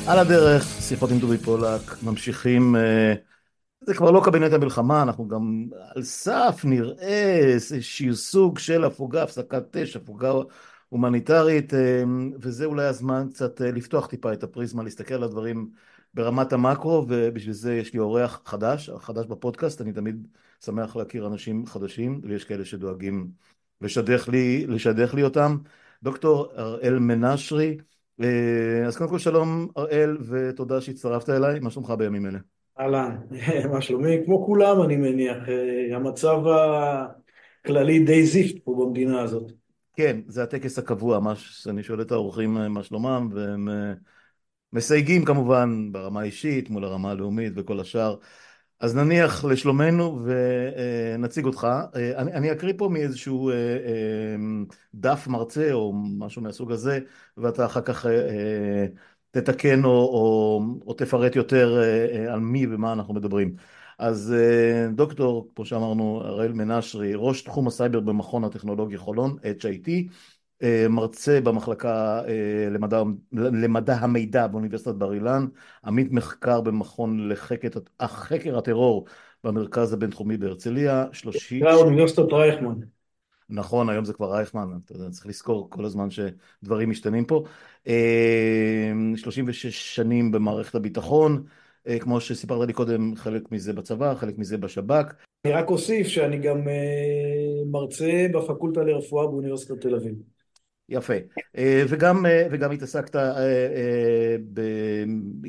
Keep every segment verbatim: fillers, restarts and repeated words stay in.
על הדרך, שיחות עם דובי פולק, ממשיכים, אה, זה כבר לא קבינט המלחמה, אנחנו גם על סף נראה איזשהו סוג של הפוגה, הפסקת אש, הפוגה הומניטרית, אה, וזה אולי הזמן קצת אה, לפתוח טיפה את הפריזמה, להסתכל על הדברים ברמת המקרו, ובשביל זה יש לי אורח חדש, חדש בפודקאסט, אני תמיד שמח להכיר אנשים חדשים, ויש כאלה שדואגים לשדך לי, לשדך לי אותם. דוקטור הראל מנשרי, אה, אז קודם כל שלום אראל ותודה שהצטרפת אליי, מה שלומך בימים אלה? אהלן, מה שלומי? כמו כולם אני מניח, אה, המצב הכללי די זיפט פה במדינה הזאת. כן, זה הטקס הקבוע, מה שאני שואל את האורחים אה, מה שלומם, והם אה, מסייגים כמובן ברמה האישית מול הרמה הלאומית וכל השאר. אז נניח לשלומנו ונציג אותך. אה, אני, אני אקריא פה מאיזשהו אה, אה, דף מרצה או משהו מהסוג הזה, ואתה אחר כך אה, אה, תתקן או, או, או תפרט יותר אה, אה, על מי ומה אנחנו מדברים. אז אה, דוקטור, כמו שאמרנו, הראל מנשרי, ראש תחום הסייבר במכון הטכנולוגי חולון, אייץ' איי טי, אה, מרצה במחלקה אה, למדע, למדע המידע באוניברסיטת בר אילן, עמית מחקר במכון לחקר הטרור במרכז הבינתחומי בהרצליה, זה שלושים, האוניברסיטת רייכמן. נכון, היום זה כבר רייכמן, אתה יודע, צריך לזכור כל הזמן שדברים משתנים פה. אה, שלושים ושש שנים במערכת הביטחון, אה, כמו שסיפרת לי קודם, חלק מזה בצבא, חלק מזה בשב"כ. אני רק אוסיף שאני גם אה, מרצה בפקולטה לרפואה באוניברסיטת תל אביב. יפה. אה, וגם, אה, וגם התעסקת אה, אה, ב-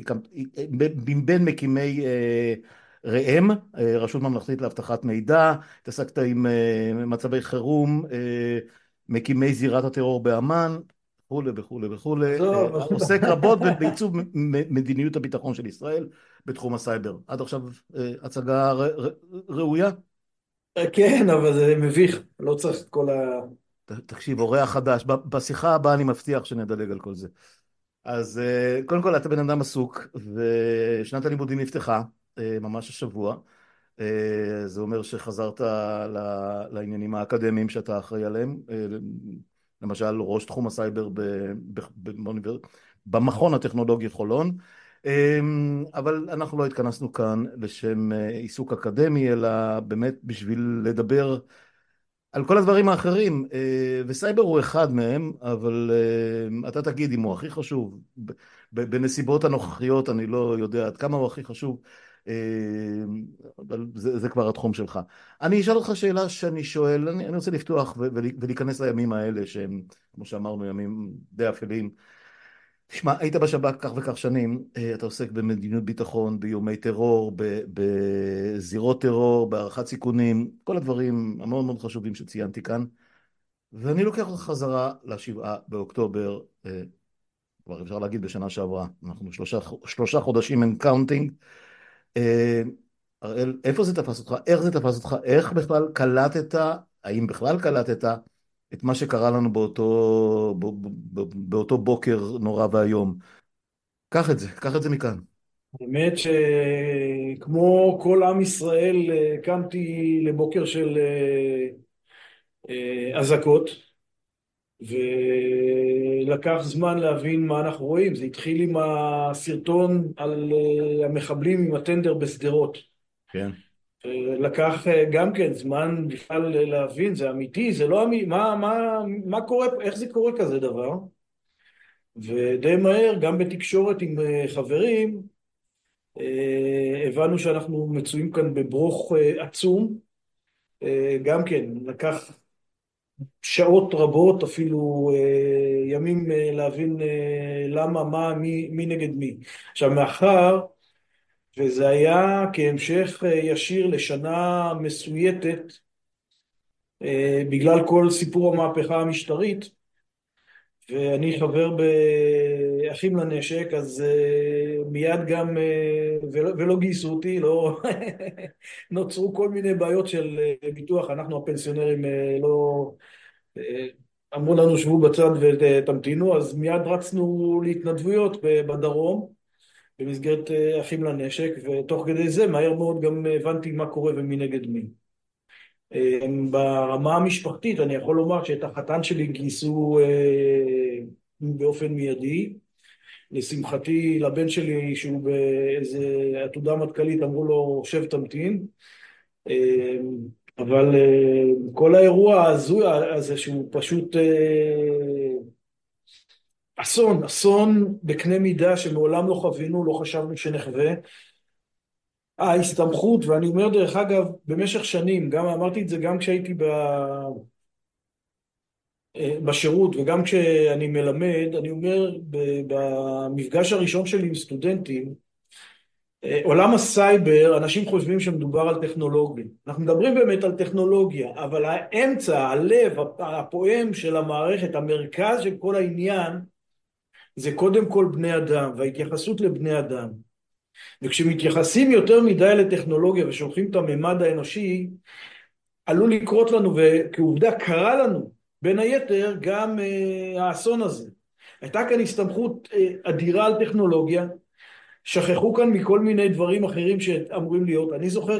ב- בין מקימי אה, ראם, אה, רשות ממלכתית לאבטחת מידע, התעסקת עם אה, מצבי חירום, אה, מקימי זירת הטרור באמ"ן, וכולי וכולי וכולי, אה, עזוב, עוסק רבות ב- בעיצוב מ- מ- מדיניות הביטחון של ישראל בתחום הסייבר. עד עכשיו אה, הצגה ר- ר- ראויה? כן, אבל זה מביך, לא צריך את כל ה... ת- תקשיב, אורח חדש, ב- בשיחה הבאה אני מבטיח שנדלג על כל זה. אז אה, קודם כל אתה בן אדם עסוק ושנת הלימודים נפתחה אה, ממש השבוע. אה, זה אומר שחזרת ל- לעניינים האקדמיים שאתה אחראי עליהם, אה, למשל ראש תחום הסייבר ב- ב- באוניבר- במכון הטכנולוגי חולון. אה, אבל אנחנו לא התכנסנו כאן לשם אה, עיסוק אקדמי, אלא באמת בשביל לדבר על כל הדברים האחרים, אה, וסייבר הוא אחד מהם, אבל אה, אתה תגיד אם הוא הכי חשוב. ב- ב- בנסיבות הנוכחיות אני לא יודע עד כמה הוא הכי חשוב, אה, אבל זה, זה כבר התחום שלך. אני אשאל אותך שאלה שאני שואל, אני, אני רוצה לפתוח ו- ול- ולהיכנס לימים האלה שהם, כמו שאמרנו, ימים די אפלים. תשמע, היית בשב"כ כך וכך שנים, אה, אתה עוסק במדיניות ביטחון, באיומי טרור, ב- בזירות טרור, בהערכת סיכונים, כל הדברים המאוד מאוד חשובים שציינתי כאן, ואני לוקח אותך חזרה לשבעה באוקטובר, אה, כבר אפשר להגיד בשנה שעברה, אנחנו שלושה, שלושה חודשים אין קאונטינג. אה, הראל, איפה זה תפס אותך? איך זה תפס אותך? איך בכלל קלטת, האם בכלל קלטת את מה שקרה לנו באותו, ב- ב- ב- באותו בוקר נורא ואיום? קח את זה, קח את זה מכאן. האמת שכמו כל עם ישראל אה, קמתי לבוקר של אה, אה, אזעקות, ולקח זמן להבין מה אנחנו רואים. זה התחיל עם הסרטון על אה, המחבלים עם הטנדר בשדרות. כן. אה, לקח אה, גם כן זמן בכלל להבין, זה אמיתי, זה לא אמיתי, מה, מה, מה קורה, איך זה קורה כזה דבר? ודי מהר, גם בתקשורת עם אה, חברים, אה, הבנו שאנחנו מצויים כאן בברוך אה, עצום. אה, גם כן, לקח שעות רבות, אפילו אה, ימים אה, להבין אה, למה, מה, מי, מי נגד מי. עכשיו, מאחר וזה היה כהמשך אה, ישיר לשנה מסויטת, אה, בגלל כל סיפור המהפכה המשטרית, ואני חבר באחים לנשק, אז אה, מיד גם, אה, ולא, ולא גייסו אותי, לא נוצרו כל מיני בעיות של אה, ביטוח, אנחנו הפנסיונרים אה, לא... אה, אמרו לנו שבו בצד ותמתינו, אז מיד רצנו להתנדבויות בדרום, במסגרת אה, אחים לנשק, ותוך כדי זה מהר מאוד גם הבנתי מה קורה ומי נגד מי. אה, ברמה המשפחתית אני יכול לומר שאת החתן שלי גייסו אה, באופן מיידי, לשמחתי, לבן שלי, שהוא באיזה עתודה מטכ"לית, אמרו לו, שב תמתין. אה, אבל אה, כל האירוע ההזוי הזה, שהוא פשוט אה, אסון, אסון בקנה מידה שמעולם לא חווינו, לא חשבנו שנחווה. ההסתמכות, ואני אומר דרך אגב, במשך שנים, גם אמרתי את זה גם כשהייתי ב... אה, בשירות וגם כשאני מלמד, אני אומר, ב- במפגש הראשון שלי עם סטודנטים, אה, עולם הסייבר, אנשים חושבים שמדובר על טכנולוגיה. אנחנו מדברים באמת על טכנולוגיה, אבל האמצע, הלב, הפועם של המערכת, המרכז של כל העניין, זה קודם כל בני אדם, וההתייחסות לבני אדם. וכשמתייחסים יותר מדי לטכנולוגיה ושולחים את הממד האנושי, עלול לקרות לנו, וכעובדה קרה לנו, בין היתר גם אה, האסון הזה. הייתה כאן הסתמכות אה, אדירה על טכנולוגיה, שכחו כאן מכל מיני דברים אחרים שאמורים להיות. אני זוכר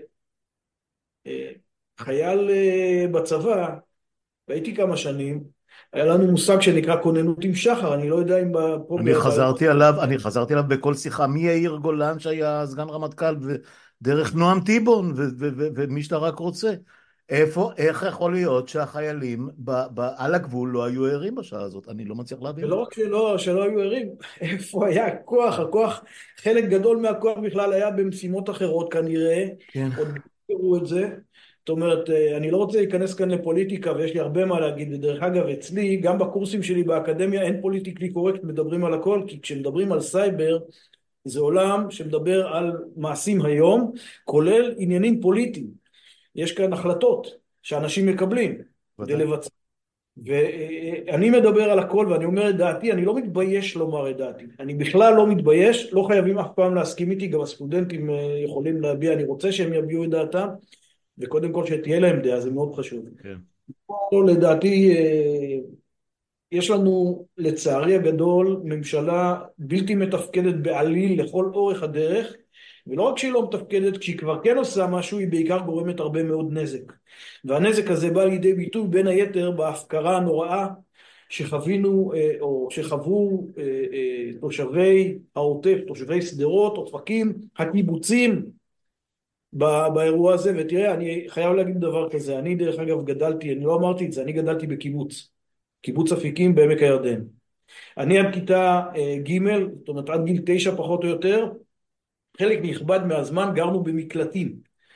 כחייל אה, בצבא, והייתי כמה שנים, היה לנו מושג שנקרא כוננות עם שחר, אני לא יודע אם פה אני ברעיון. חזרתי עליו, אני חזרתי עליו בכל שיחה, מיאיר גולן שהיה סגן רמטכ"ל, ודרך נועם טיבון, ו- ו- ו- ומי שאתה רק רוצה. איפה, איך יכול להיות שהחיילים ב- ב- על הגבול לא היו ערים בשעה הזאת? אני לא מצליח להבין ולא את זה. רק שלא, שלא היו ערים, איפה היה הכוח? הכוח, חלק גדול מהכוח בכלל היה במשימות אחרות כנראה, כן, עוד תראו את זה. זאת אומרת, אני לא רוצה להיכנס כאן לפוליטיקה ויש לי הרבה מה להגיד, ודרך אגב אצלי, גם בקורסים שלי באקדמיה אין פוליטיקלי קורקט, מדברים על הכל, כי כשמדברים על סייבר, זה עולם שמדבר על מעשים היום, כולל עניינים פוליטיים. יש כאן החלטות שאנשים מקבלים כדי ודאי. לבצע. ואני מדבר על הכל ואני אומר את דעתי, אני לא מתבייש לומר את דעתי, אני בכלל לא מתבייש, לא חייבים אף פעם להסכים איתי, גם הסטודנטים יכולים להביע, אני רוצה שהם יביעו את דעתם, וקודם כל שתהיה להם דעה, זה מאוד חשוב. כן. פה, לדעתי יש לנו לצערי הגדול ממשלה בלתי מתפקדת בעליל לכל אורך הדרך, ולא רק שהיא לא מתפקדת, כשהיא כבר כן עושה משהו היא בעיקר גורמת הרבה מאוד נזק, והנזק הזה בא לידי ביטוי בין היתר בהפקרה הנוראה שחווינו או שחוו תושבי העוטף, תושבי שדרות, אופקים, הקיבוצים באירוע הזה. ותראה, אני חייב להגיד דבר כזה, אני דרך אגב גדלתי, אני לא אמרתי את זה, אני גדלתי בקיבוץ, קיבוץ אפיקים בעמק הירדן. אני עד כיתה ג', זאת אומרת עד גיל תשע פחות או יותר, חלק נכבד מהזמן גרנו במקלטים.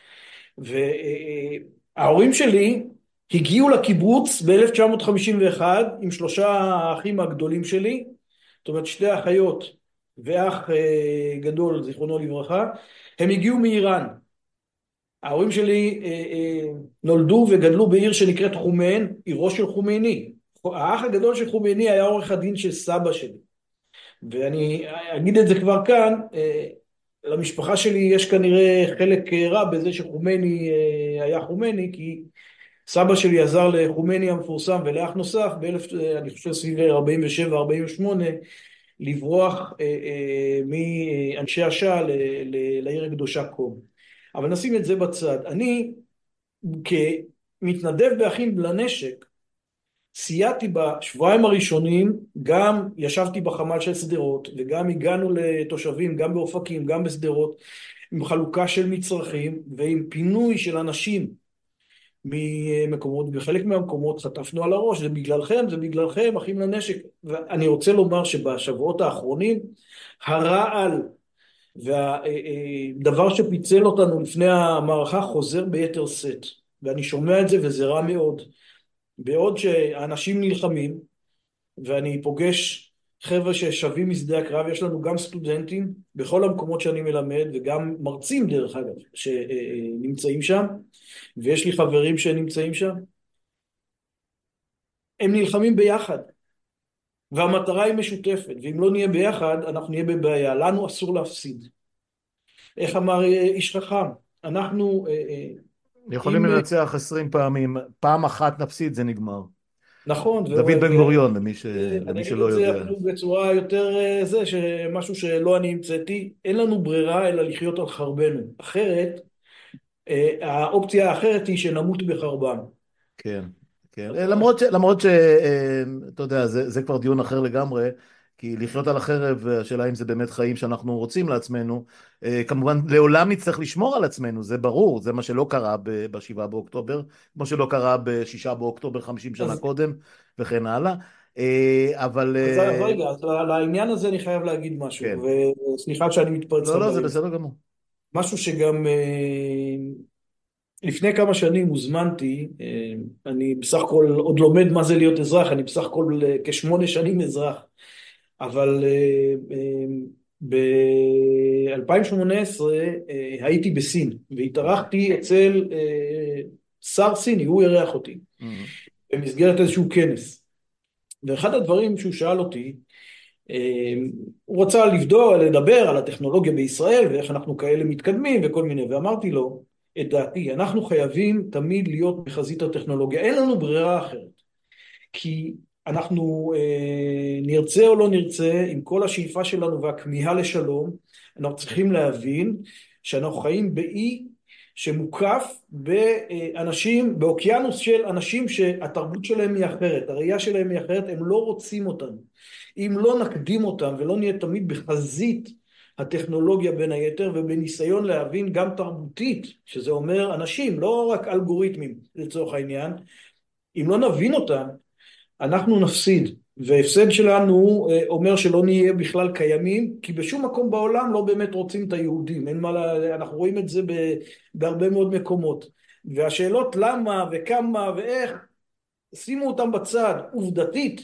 וההורים שלי הגיעו לקיבוץ ב-אלף תשע מאות חמישים ואחת עם שלושה האחים הגדולים שלי, זאת אומרת שתי אחיות ואח גדול זיכרונו לברכה, הם הגיעו מאיראן. ההורים שלי נולדו וגדלו בעיר שנקראת חומיין, עירו של חומייני. האח הגדול של חומייני היה עורך הדין של סבא שלי. ואני אגיד את זה כבר כאן, למשפחה שלי יש כנראה חלק רע בזה שחומייני היה חומייני, כי סבא שלי עזר לחומייני המפורסם ולאח נוסף, באלף, אני חושב סביב ארבעים ושבע ארבעים ושמונה, לברוח מאנשי השעה לעיר הקדושה קום. אבל נשים את זה בצד. אני כמתנדב באחים לנשק, סייעתי בשבועיים הראשונים, גם ישבתי בחמ"ל של שדרות, וגם הגענו לתושבים, גם באופקים, גם בשדרות, עם חלוקה של מצרכים, ועם פינוי של אנשים ממקומות, ובחלק מהמקומות חטפנו על הראש, זה בגללכם, זה בגללכם, אחים לנשק. ואני רוצה לומר שבשבועות האחרונים, הרעל והדבר שפיצל אותנו לפני המערכה חוזר ביתר שאת, ואני שומע את זה וזה רע מאוד. בעוד שאנשים נלחמים, ואני פוגש חבר'ה ששווים משדה הקרב, יש לנו גם סטודנטים בכל המקומות שאני מלמד, וגם מרצים דרך אגב, שנמצאים שם, ויש לי חברים שנמצאים שם, הם נלחמים ביחד, והמטרה היא משותפת, ואם לא נהיה ביחד, אנחנו נהיה בבעיה, לנו אסור להפסיד. איך אמר איש חכם? אנחנו... יכולים אם... לנצח עשרים פעמים, פעם אחת נפסיד זה נגמר. נכון, דוד בן גוריון, למי, ש... אני למי אגיד שלא את זה יודע. אפילו בצורה יותר זה, שמשהו שלא אני המצאתי, אין לנו ברירה אלא לחיות על חרבנו. אחרת, האופציה האחרת היא שנמות בחרבם. כן, כן. למרות ש... למרות ש... אתה יודע, זה, זה כבר דיון אחר לגמרי, כי לחיות על החרב, השאלה אם זה באמת חיים שאנחנו רוצים לעצמנו. אה, כמובן, לעולם נצטרך לשמור על עצמנו, זה ברור, זה מה שלא קרה בשבעה באוקטובר, כמו שלא קרה בשישה באוקטובר חמישים שנה אז, קודם, וכן הלאה. אה, אבל אז, אז אה, רגע, אז לעניין הזה אני חייב להגיד משהו, כן, וסליחה שאני מתפרץ לא, לך לא, זה באמצע. בסדר גמור. משהו שגם אה, לפני כמה שנים הוזמנתי, אה, אני בסך הכל עוד לומד מה זה להיות אזרח, אני בסך הכל אה, כשמונה שנים אזרח, אבל ב-אלפיים ושמונה עשרה הייתי בסין, אוקיי. והתארחתי אצל אה, שר סיני, הוא אירח אותי, Mhm. במסגרת איזשהו כנס. ואחד הדברים שהוא שאל אותי, אה, הוא רצה לבדוק, לדבר על הטכנולוגיה בישראל ואיך אנחנו כאלה מתקדמים וכל מיני, ואמרתי לו את דעתי, אנחנו חייבים תמיד להיות בחזית הטכנולוגיה, אין לנו ברירה אחרת, כי אנחנו אה, נרצה או לא נרצה, עם כל השאיפה שלנו והכמיהה לשלום, אנחנו צריכים להבין שאנחנו חיים באי שמוקף באנשים, באוקיינוס של אנשים שהתרבות שלהם היא אחרת, הראייה שלהם היא אחרת, הם לא רוצים אותנו. אם לא נקדים אותם ולא נהיה תמיד בחזית הטכנולוגיה בין היתר, ובניסיון להבין גם תרבותית, שזה אומר אנשים, לא רק אלגוריתמים לצורך העניין, אם לא נבין אותם, אנחנו נפסיד, והפסד שלנו אה, אומר שלא נהיה בכלל קיימים, כי בשום מקום בעולם לא באמת רוצים את היהודים, אין מה, לה, אנחנו רואים את זה ב, בהרבה מאוד מקומות, והשאלות למה וכמה ואיך, שימו אותם בצד, עובדתית,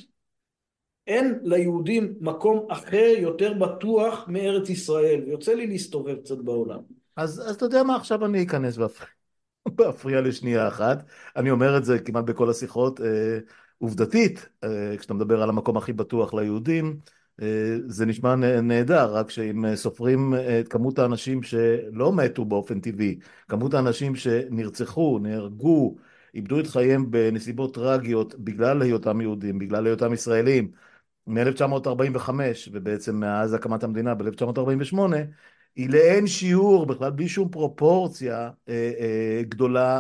אין ליהודים מקום אחר יותר בטוח מארץ ישראל, ויוצא לי להסתובב קצת בעולם. אז, אז אתה יודע מה, עכשיו אני אכנס ואפריע, ואפריע לשנייה אחת. אני אומר את זה כמעט בכל השיחות. אה, עובדתית, אה, כשאתה מדבר על המקום הכי בטוח ליהודים, אה, זה נשמע נה- נהדר, רק שאם אה, סופרים אה, את כמות האנשים שלא מתו באופן טבעי, כמות האנשים שנרצחו, נהרגו, איבדו את חייהם בנסיבות טרגיות בגלל היותם יהודים, בגלל היותם ישראלים, מ-אלף תשע מאות ארבעים וחמש ובעצם מאז הקמת המדינה ב-אלף תשע מאות ארבעים ושמונה, היא לאין שיעור, בכלל בלי שום פרופורציה אה, אה, גדולה,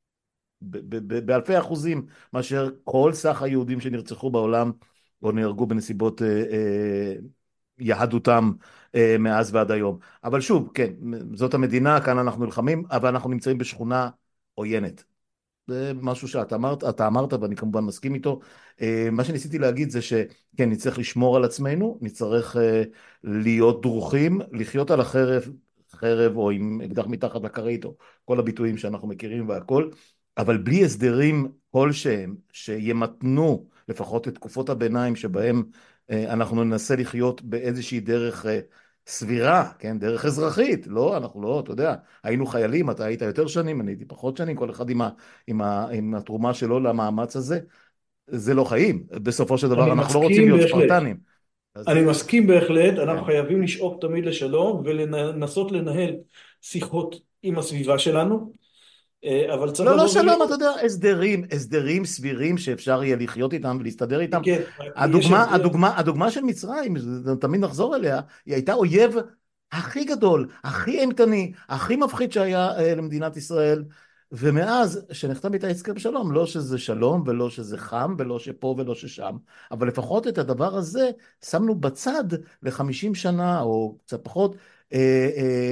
ב- ב- ב- באלפי אחוזים, מאשר כל סך היהודים שנרצחו בעולם או נהרגו בנסיבות אה, אה, יהדותם אה, מאז ועד היום. אבל שוב, כן, זאת המדינה, כאן אנחנו נלחמים, אבל אנחנו נמצאים בשכונה עוינת. זה משהו שאתה אמרת, אתה אמרת ואני כמובן מסכים איתו. אה, מה שניסיתי להגיד זה שכן, נצטרך לשמור על עצמנו, נצטרך אה, להיות דרוכים, לחיות על החרב, חרב או עם אקדח מתחת לכרית, או כל הביטויים שאנחנו מכירים והכל, אבל בלי הסדרים כלשהם שימתנו לפחות את תקופות הביניים שבהם אה, אנחנו ננסה לחיות באיזושהי דרך אה, סבירה, כן, דרך אזרחית, לא, אנחנו לא, אתה יודע, היינו חיילים, אתה היית יותר שנים, אני הייתי פחות שנים, כל אחד עם ה... עם ה, עם התרומה שלו למאמץ הזה, זה לא חיים. בסופו של דבר אני אנחנו לא רוצים מסכים להיות בהחלט. ספרטנים. אז אני מסכים בהחלט, אנחנו כן. חייבים לשאוף תמיד לשלום ולנסות לנהל שיחות עם הסביבה שלנו, אה, אבל צריך לא, לא לבוא שלום, אתה ולראות. יודע, הסדרים, הסדרים סבירים שאפשר יהיה לחיות איתם ולהסתדר איתם. כן, רק יש הדוגמה, הבדל. הדוגמה, הדוגמה של מצרים, זה- תמיד נחזור אליה, היא הייתה אויב הכי גדול, הכי אימתני, הכי מפחיד שהיה אה, למדינת ישראל, ומאז שנחתם איתה הסכם שלום, לא שזה שלום ולא שזה חם ולא שפה ולא ששם, אבל לפחות את הדבר הזה שמנו בצד לחמישים שנה או קצת פחות. אה,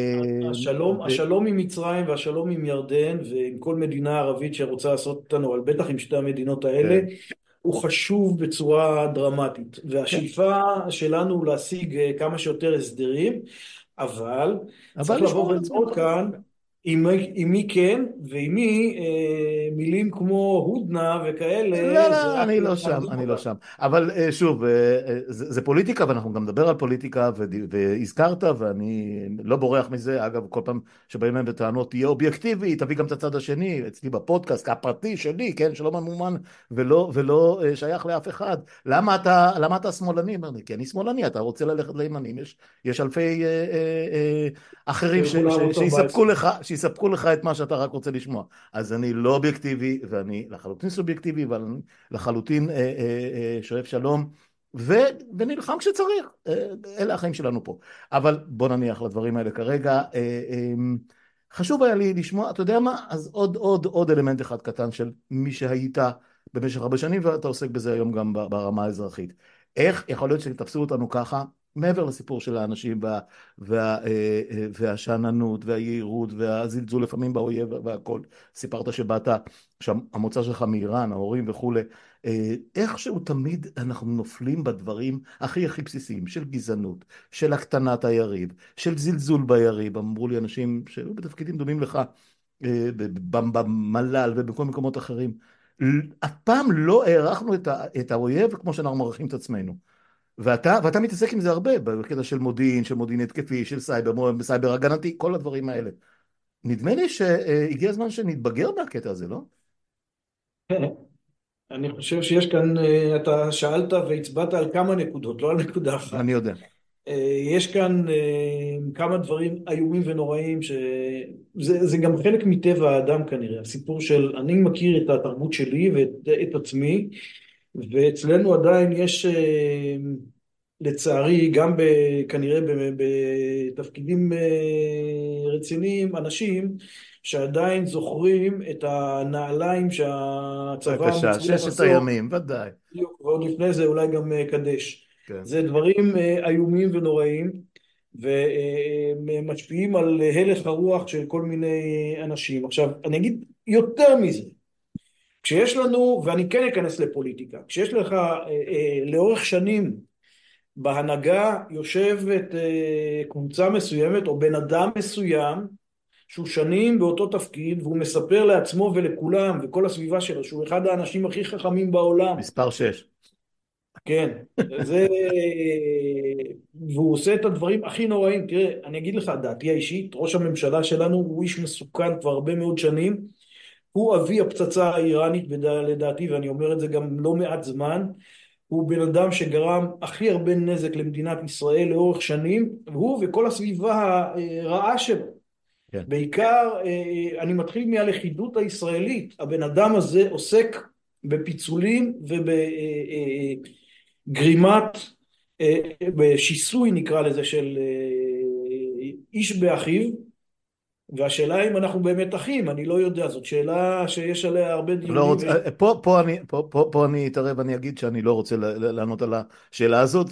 השלום, אה, השלום עם מצרים והשלום עם ירדן ועם כל מדינה ערבית שרוצה לעשות אותנו, אבל בטח עם שתי המדינות האלה, כן, הוא חשוב בצורה דרמטית. כן, והשאיפה שלנו להשיג אה, כמה שיותר הסדרים, אבל אבל צריך לבוא לשמור על ולראות עצמנו. כאן עם, מי- עם מי כן ועם מי אה, מילים כמו הודנה לא, וכאלה, זה לא, רק אני לא שם, להרדים אני לא אותם. שם. אבל אה, שוב, אה, אה, זה, זה פוליטיקה, ואנחנו גם נדבר על פוליטיקה, וד- והזכרת, ואני לא בורח מזה. אגב, כל פעם שבאים להם בטענות, תהיה אובייקטיבי, תביא גם את הצד השני, אצלי בפודקאסט, הפרטי שלי, כן, שלא ממומן, ולא, ולא אה, שייך לאף אחד. למה אתה, למה אתה שמאלני? אומר לי, כי אני שמאלני, אתה רוצה ללכת לימנים. יש, יש אלפי אה, אה, אה, אחרים ש, תלכו ש, לערוץ שיספקו ארבע עשרה. לך, שיספקו לך את מה שאתה רק רוצה לשמוע. אז אני לא אובייקטיבי, ואני לחלוטין סובייקטיבי, אבל אני לחלוטין אה, אה, אה, שואף שלום, ו, ונלחם כשצריך. אה, אלה החיים שלנו פה. אבל בוא נניח לדברים האלה כרגע. אה, אה, חשוב היה לי לשמוע, אתה יודע מה? אז עוד, עוד, עוד אלמנט אחד קטן של מי שהיית במשך הרבה שנים, ואתה עוסק בזה היום גם ברמה האזרחית. איך יכול להיות שתפסו אותנו ככה, מעבר לסיפור של האנשים וה, וה, אה, אה, והשאננות והיהירות והזלזול לפעמים באויב והכל. סיפרת שבאת, שהמוצא שלך מאיראן, ההורים וכולי. אה, איכשהו תמיד אנחנו נופלים בדברים הכי הכי בסיסיים, של גזענות, של הקטנת היריב, של זלזול ביריב. אמרו לי אנשים שהיו בתפקידים דומים לך, אה, במל"ל ובכל מקומות אחרים. אף פעם לא הערכנו את, ה, את האויב כמו שאנחנו מערכים את עצמנו. ואתה, ואתה מתעסק עם זה הרבה, בקטע של מודיעין, של מודיעין התקפי, של סייבר, סייבר הגנתי, כל הדברים האלה. נדמה לי שהגיע הזמן שנתבגר מהקטע הזה, לא? אני חושב שיש כאן, אה, אתה שאלת והצבעת על כמה נקודות, לא על נקודה אני אחת. יודע. אה, יש כאן אה, כמה דברים איומים ונוראים, שזה זה גם חלק מטבע האדם כנראה, הסיפור של אני מכיר את התרבות שלי ואת את עצמי, ואצלנו עדיין יש אה, לצערי גם ב, כנראה ב, בתפקידים אה, רציניים אנשים שעדיין זוכרים את הנעליים שהצבא בבקשה, המצרי ששת המסור, הימים, ודאי. ועוד לפני זה אולי גם אה, קדש. כן. זה דברים אה, איומים ונוראים ומשפיעים על הלך הרוח של כל מיני אנשים. עכשיו אני אגיד יותר מזה, כשיש לנו, ואני כן אכנס לפוליטיקה, כשיש לך אה, אה, לאורך שנים בהנהגה יושבת אה, קבוצה מסוימת או בן אדם מסוים שהוא שנים באותו תפקיד והוא מספר לעצמו ולכולם וכל הסביבה שלו שהוא אחד האנשים הכי חכמים בעולם, מספר שש. כן, זה, והוא עושה את הדברים הכי נוראים. תראה, אני אגיד לך דעתי האישית, ראש הממשלה שלנו הוא איש מסוכן כבר הרבה מאוד שנים, הוא אבי הפצצה האיראנית לדעתי, ואני אומר את זה גם לא מעט זמן. הוא בן אדם שגרם הכי הרבה נזק למדינת ישראל לאורך שנים, והוא וכל הסביבה הרעה שלו. כן. בעיקר, אני מתחיל מהלכידות הישראלית, הבן אדם הזה עוסק בפיצולים ובגרימת, בשיסוי נקרא לזה, של איש באחיו, והשאלה אם אנחנו באמת אחים, אני לא יודע, זאת שאלה שיש עליה הרבה לא דיונים. רוצ... פה, פה אני, פה, פה, פה אני אתערב ואני אגיד שאני לא רוצה ל- ל- לענות על השאלה הזאת,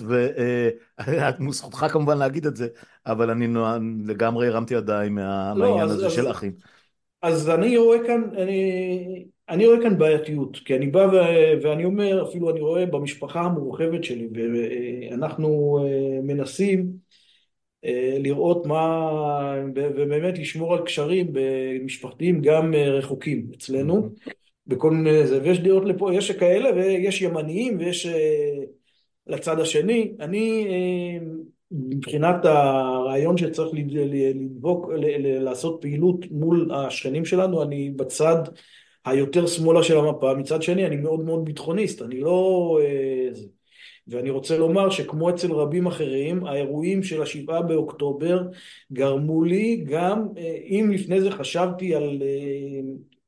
וזכותך כמובן להגיד את זה, אבל אני נוע- לגמרי הרמתי ידיים מה... לא, מהעניין אז, הזה של אז, אחים. אז אני רואה כאן, אני, אני רואה כאן בעייתיות, כי אני בא ו, ואני אומר, אפילו אני רואה במשפחה המורחבת שלי, ואנחנו אה, מנסים אה, לראות מה, ובאמת לשמור על קשרים משפחתיים גם אה, רחוקים אצלנו, בכל מיני זה, ויש דעות לפה, יש כאלה, ויש ימניים, ויש אה, לצד השני. אני, אה, מבחינת הרעיון שצריך לד- ל- לדבוק, ל- ל- לעשות פעילות מול השכנים שלנו, אני בצד היותר שמאלה של המפה. מצד שני, אני מאוד מאוד ביטחוניסט, אני לא... אה, זה. ואני רוצה לומר שכמו אצל רבים אחרים, האירועים של השבעה באוקטובר גרמו לי גם, אה, אם לפני זה חשבתי על... אה,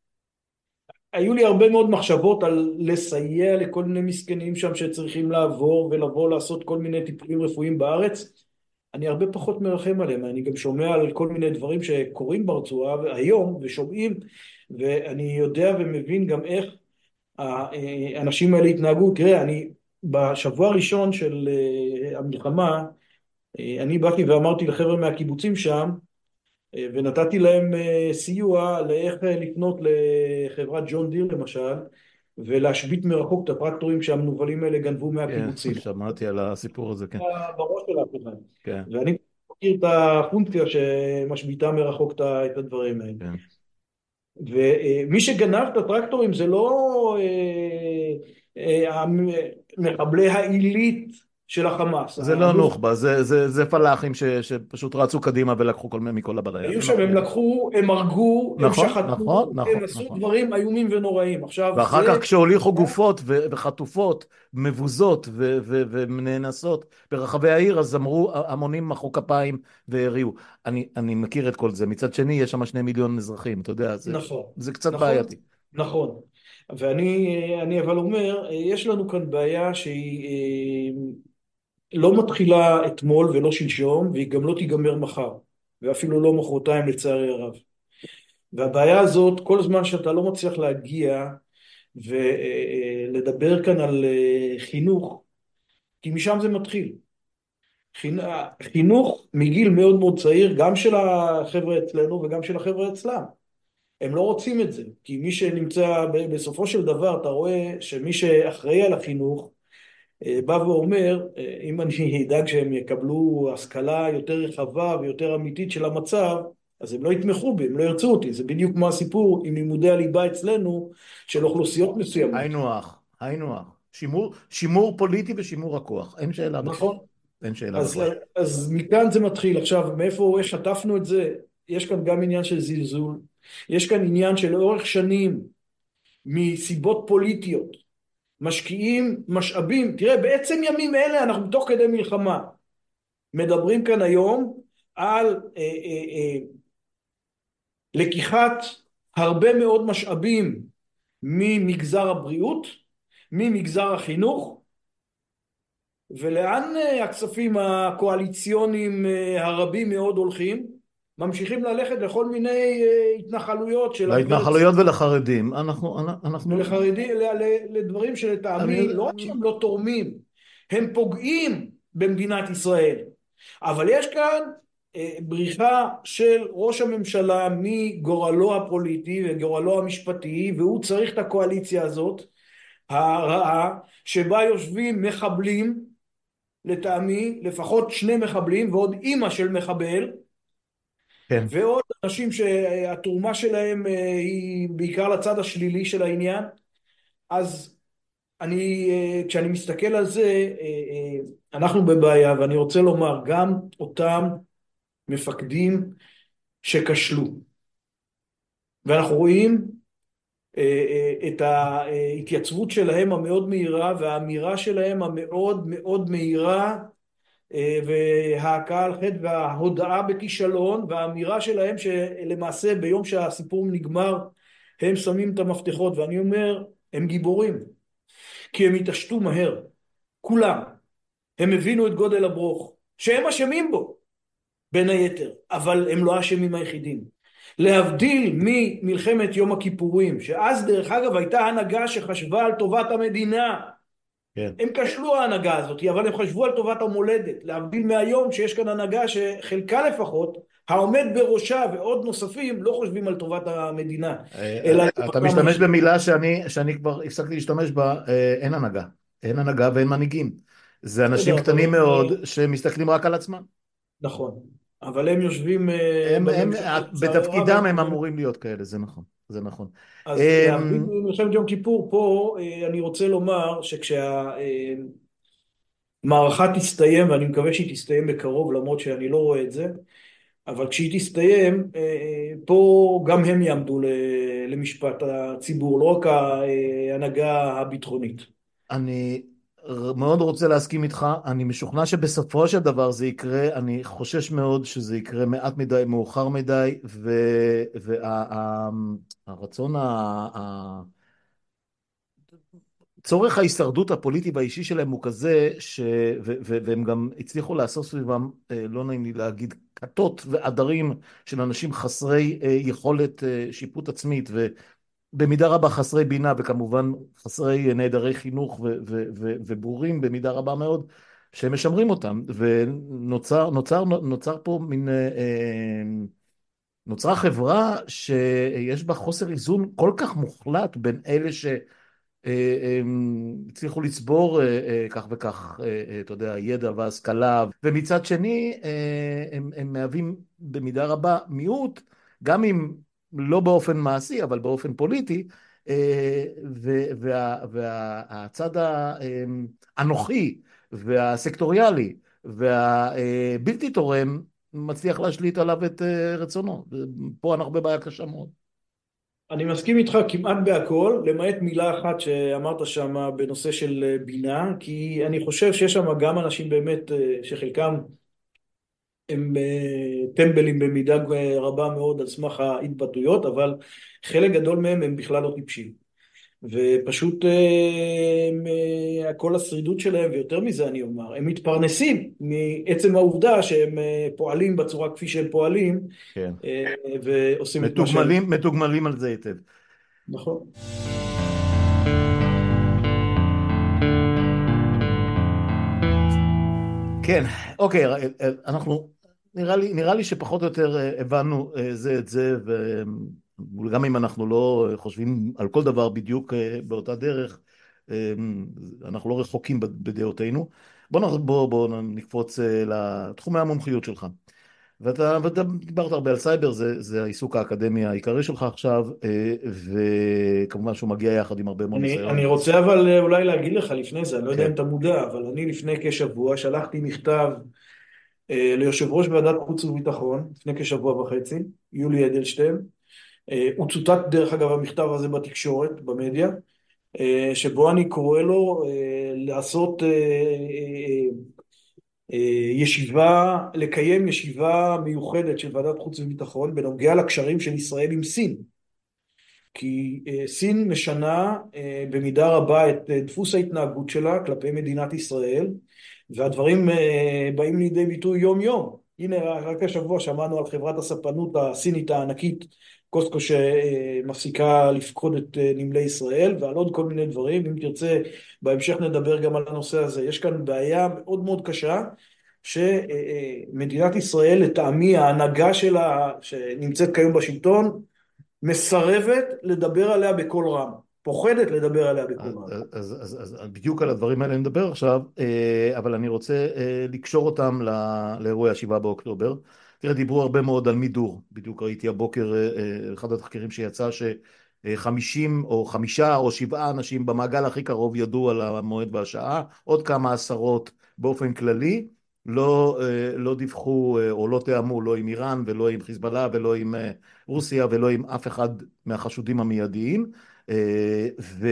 היו לי הרבה מאוד מחשבות על לסייע לכל מיני מסכנים שם שצריכים לעבור ולבוא לעשות כל מיני טיפולים רפואיים בארץ. אני הרבה פחות מרחם עליהם, אני גם שומע על כל מיני דברים שקורים ברצועה היום ושומעים, ואני יודע ומבין גם איך האנשים האלה התנהגו. תראה, אני בשבוע הראשון של אה, המלחמה, אה, אני באתי ואמרתי לחבר'ה מהקיבוצים שם, ונתתי להם סיוע לאיך לפנות לחברת ג'ון דיר למשל, ולהשבית מרחוק את הטרקטורים שהמנוולים האלה גנבו כן, מהקיבוצים. שמעתי על הסיפור הזה, כן. בראש של אף אחד. כן, ואני מכיר את הפונקציה שמשביתה מרחוק את הדברים האלה. כן. ומי שגנב את הטרקטורים זה לא אה, אה, מחבלי העילית של החמאס. זה לא נוח'בה, זה, זה, זה פלאחים ש, שפשוט רצו קדימה ולקחו כל, מכל הבעיה. היו זה שם, נכון. הם לקחו, הם הרגו, הם נכון, נכון, שחטו, נכון, הם עשו נכון. דברים איומים ונוראים. עכשיו ואחר זה... כך כשהוליכו גופות ו- וחטופות, מבוזות ו- ו- ונאנסות ברחבי העיר, אז אמרו, המונים מחאו כפיים והריעו. אני, אני מכיר את כל זה. מצד שני, יש שם שני מיליון אזרחים, אתה יודע, זה, נכון, זה קצת נכון, בעייתי. נכון. ואני אני אבל אומר, יש לנו כאן בעיה שהיא אה, לא מתחילה אתמול ולא שלשום, והיא גם לא תיגמר מחר, ואפילו לא מחרתיים לצערי הרב. והבעיה הזאת, כל זמן שאתה לא מצליח להגיע ולדבר כאן על אה, חינוך, כי משם זה מתחיל. חינוך מגיל מאוד מאוד צעיר, גם של החבר'ה אצלנו וגם של החבר'ה אצלם. הם לא רוצים את זה, כי מי שנמצא, בסופו של דבר, אתה רואה שמי שאחראי על החינוך, בא ואומר, אם אני אדאג שהם יקבלו השכלה יותר רחבה ויותר אמיתית של המצב, אז הם לא יתמכו בי, הם לא ירצו אותי. זה בדיוק כמו הסיפור עם לימודי הליבה אצלנו, של אוכלוסיות מסוימות. היינו הך, היינו הך. שימור, שימור פוליטי ושימור הכוח, אין שאלה בכלל. נכון. אין שאלה אז, בכלל. אז מכאן זה מתחיל. עכשיו, מאיפה, איך חטפנו את זה? יש כאן גם עניין של זלזול. יש כאן עניין של לאורך שנים, מסיבות פוליטיות, משקיעים משאבים. תראה, בעצם ימים אלה אנחנו תוך כדי מלחמה. מדברים כאן היום על אה, אה, אה, לקיחת הרבה מאוד משאבים ממגזר הבריאות, ממגזר החינוך, ולאן הכספים הקואליציוניים הרבים מאוד הולכים? ממשיכים ללכת לכל מיני התנחלויות של הגברת להתנחלויות ולחרדים, אנחנו, אנחנו, ולחרדים, לדברים שלטעמי אני, לא רק שהם לא תורמים, הם פוגעים במדינת ישראל. אבל יש כאן בריחה של ראש הממשלה מגורלו הפוליטי וגורלו המשפטי, והוא צריך את הקואליציה הזאת, הרעה, שבה יושבים מחבלים, לטעמי, לפחות שני מחבלים, ועוד אימא של מחבל, כן. ועוד אנשים שהתרומה שלהם היא בעיקר לצד השלילי של העניין. אז אני, כשאני מסתכל על זה, אנחנו בבעיה, ואני רוצה לומר, גם אותם מפקדים שכשלו. ואנחנו רואים את ההתייצבות שלהם המאוד מהירה, והאמירה שלהם המאוד מאוד מהירה, וההקעה על חטא וההודעה בכישלון, והאמירה שלהם שלמעשה ביום שהסיפור נגמר, הם שמים את המפתחות. ואני אומר, הם גיבורים, כי הם התעשתו מהר, כולם. הם הבינו את גודל הברוך, שהם אשמים בו, בין היתר, אבל הם לא אשמים היחידים. להבדיל ממלחמת יום הכיפורים, שאז דרך אגב הייתה הנהגה שחשבה על טובת המדינה. כן. הם כשלו ההנהגה הזאת, אבל הם חשבו על טובת המולדת. להבדיל מהיום שיש כאן הנהגה שחלקה לפחות, העומד בראשה ועוד נוספים לא חושבים על טובת המדינה. אלא אתה משתמש במילה שאני, שאני כבר הפסקתי להשתמש בה, אין הנהגה. אין הנהגה ואין מנהיגים. זה אנשים קטנים מאוד שמסתכלים רק על עצמם. נכון. אבל הם יושבים הם, הם, בתפקידם הם אמורים להיות כאלה, זה נכון, זה נכון. אז להבדיל ממלחמת יום כיפור, פה אני רוצה לומר שכשהמערכה תסתיים, ואני מקווה שהיא תסתיים בקרוב, למרות שאני לא רואה את זה, אבל כשהיא תסתיים, פה גם הם יעמדו למשפט הציבור, לא רק ההנהגה הביטחונית. אני מאוד רוצה להסכים איתך, אני משוכנע שבסופו של דבר זה יקרה, אני חושש מאוד שזה יקרה מעט מדי, מאוחר מדי, והרצון, צורך ההישרדות הפוליטי והאישי שלהם הוא כזה, ש... ו... ו... והם גם הצליחו לעשות סביבם, לא נעים לי להגיד, כתות ועדרים של אנשים חסרי יכולת שיפוט עצמית, ו... במידה רבה חסרי בינה, וכמובן חסרי נעדרי חינוך ו- ו- ו- וברורים במידה רבה מאוד, שהם משמרים אותם, ונוצר נוצר, נוצר פה מין, נוצרה חברה שיש בה חוסר איזון כל כך מוחלט בין אלה שהצליחו לצבור כך וכך, אתה יודע, ידע והשכלה, ומצד שני הם, הם מהווים במידה רבה מיעוט, גם אם לא באופן מעשי, אבל באופן פוליטי, והצד האנוכי והסקטוריאלי והבלתי תורם מצליח להשליט עליו את רצונו. פה אנחנו בבעיה קשה מאוד. אני מסכים איתך כמעט בהכל, למעט מילה אחת שאמרת שם בנושא של בינה, כי אני חושב שיש שם גם אנשים באמת שחלקם הם טמבלים במידה רבה מאוד על סמך ההתבטאויות, אבל חלק גדול מהם הם בכלל לא טיפשים. ופשוט כל השרידות שלהם, ויותר מזה אני אומר, הם מתפרנסים מעצם העובדה שהם פועלים בצורה כפי שהם פועלים, כן. ועושים מתוגמלים, את מה שהם... מתוגמלים על זה היטב. נכון. כן, אוקיי, אנחנו, נראה לי, נראה לי שפחות או יותר אה, הבנו אה, זה את זה, וגם אם אנחנו לא חושבים על כל דבר בדיוק אה, באותה דרך, אה, אנחנו לא רחוקים בדעותינו. בוא, נ- בוא, בוא נקפוץ אה, לתחומי המומחיות שלך. ואתה, ואתה דיברת הרבה על סייבר, זה, זה העיסוק האקדמי העיקרי שלך עכשיו, אה, וכמובן שהוא מגיע יחד עם הרבה מאוד אני, ניסיון. אני רוצה אבל אה, אולי להגיד לך לפני זה, אני לא יודע אם כן, אתה מודע, אבל אני לפני כשבוע שלחתי מכתב אה, ליושב ראש ועדת חוץ וביטחון, לפני כשבוע וחצי, יולי אדלשטיין. אה, הוא צוטט דרך אגב המכתב הזה בתקשורת, במדיה, אה, שבו אני קורא לו אה, לעשות אה, אה, אה, ישיבה, לקיים ישיבה מיוחדת של ועדת חוץ וביטחון בנוגע לקשרים של ישראל עם סין. כי אה, סין משנה אה, במידה רבה את אה, דפוס ההתנהגות שלה כלפי מדינת ישראל, והדברים אה, באים לידי ביטוי יום יום. הנה רק השבוע שמענו על חברת הספנות הסינית הענקית קוסטקו שמפסיקה לפקוד את אה, נמלי ישראל, ועל עוד כל מיני דברים. אם תרצה בהמשך נדבר גם על הנושא הזה. יש כאן בעיה מאוד מאוד קשה שמדינת ישראל, לטעמי ההנהגה שלה שנמצאת כיום בשלטון, מסרבת לדבר עליה בקול רם, פוחדת לדבר עליה אז, בקול רם. אז, אז, אז בדיוק על הדברים האלה נדבר עכשיו, אה, אבל אני רוצה אה, לקשור אותם ל- לאירועי השבעה באוקטובר. תראה, דיברו הרבה מאוד על מידור. בדיוק ראיתי הבוקר אה, אה, אחד התחקירים שיצא שחמישים או חמישה או שבעה אנשים במעגל הכי קרוב ידעו על המועד והשעה, עוד כמה עשרות באופן כללי לא, אה, לא דיווחו אה, או לא תיאמו לא עם איראן ולא עם חיזבאללה ולא עם אה, רוסיה ולא עם אף אחד מהחשודים המיידיים. אה, ו...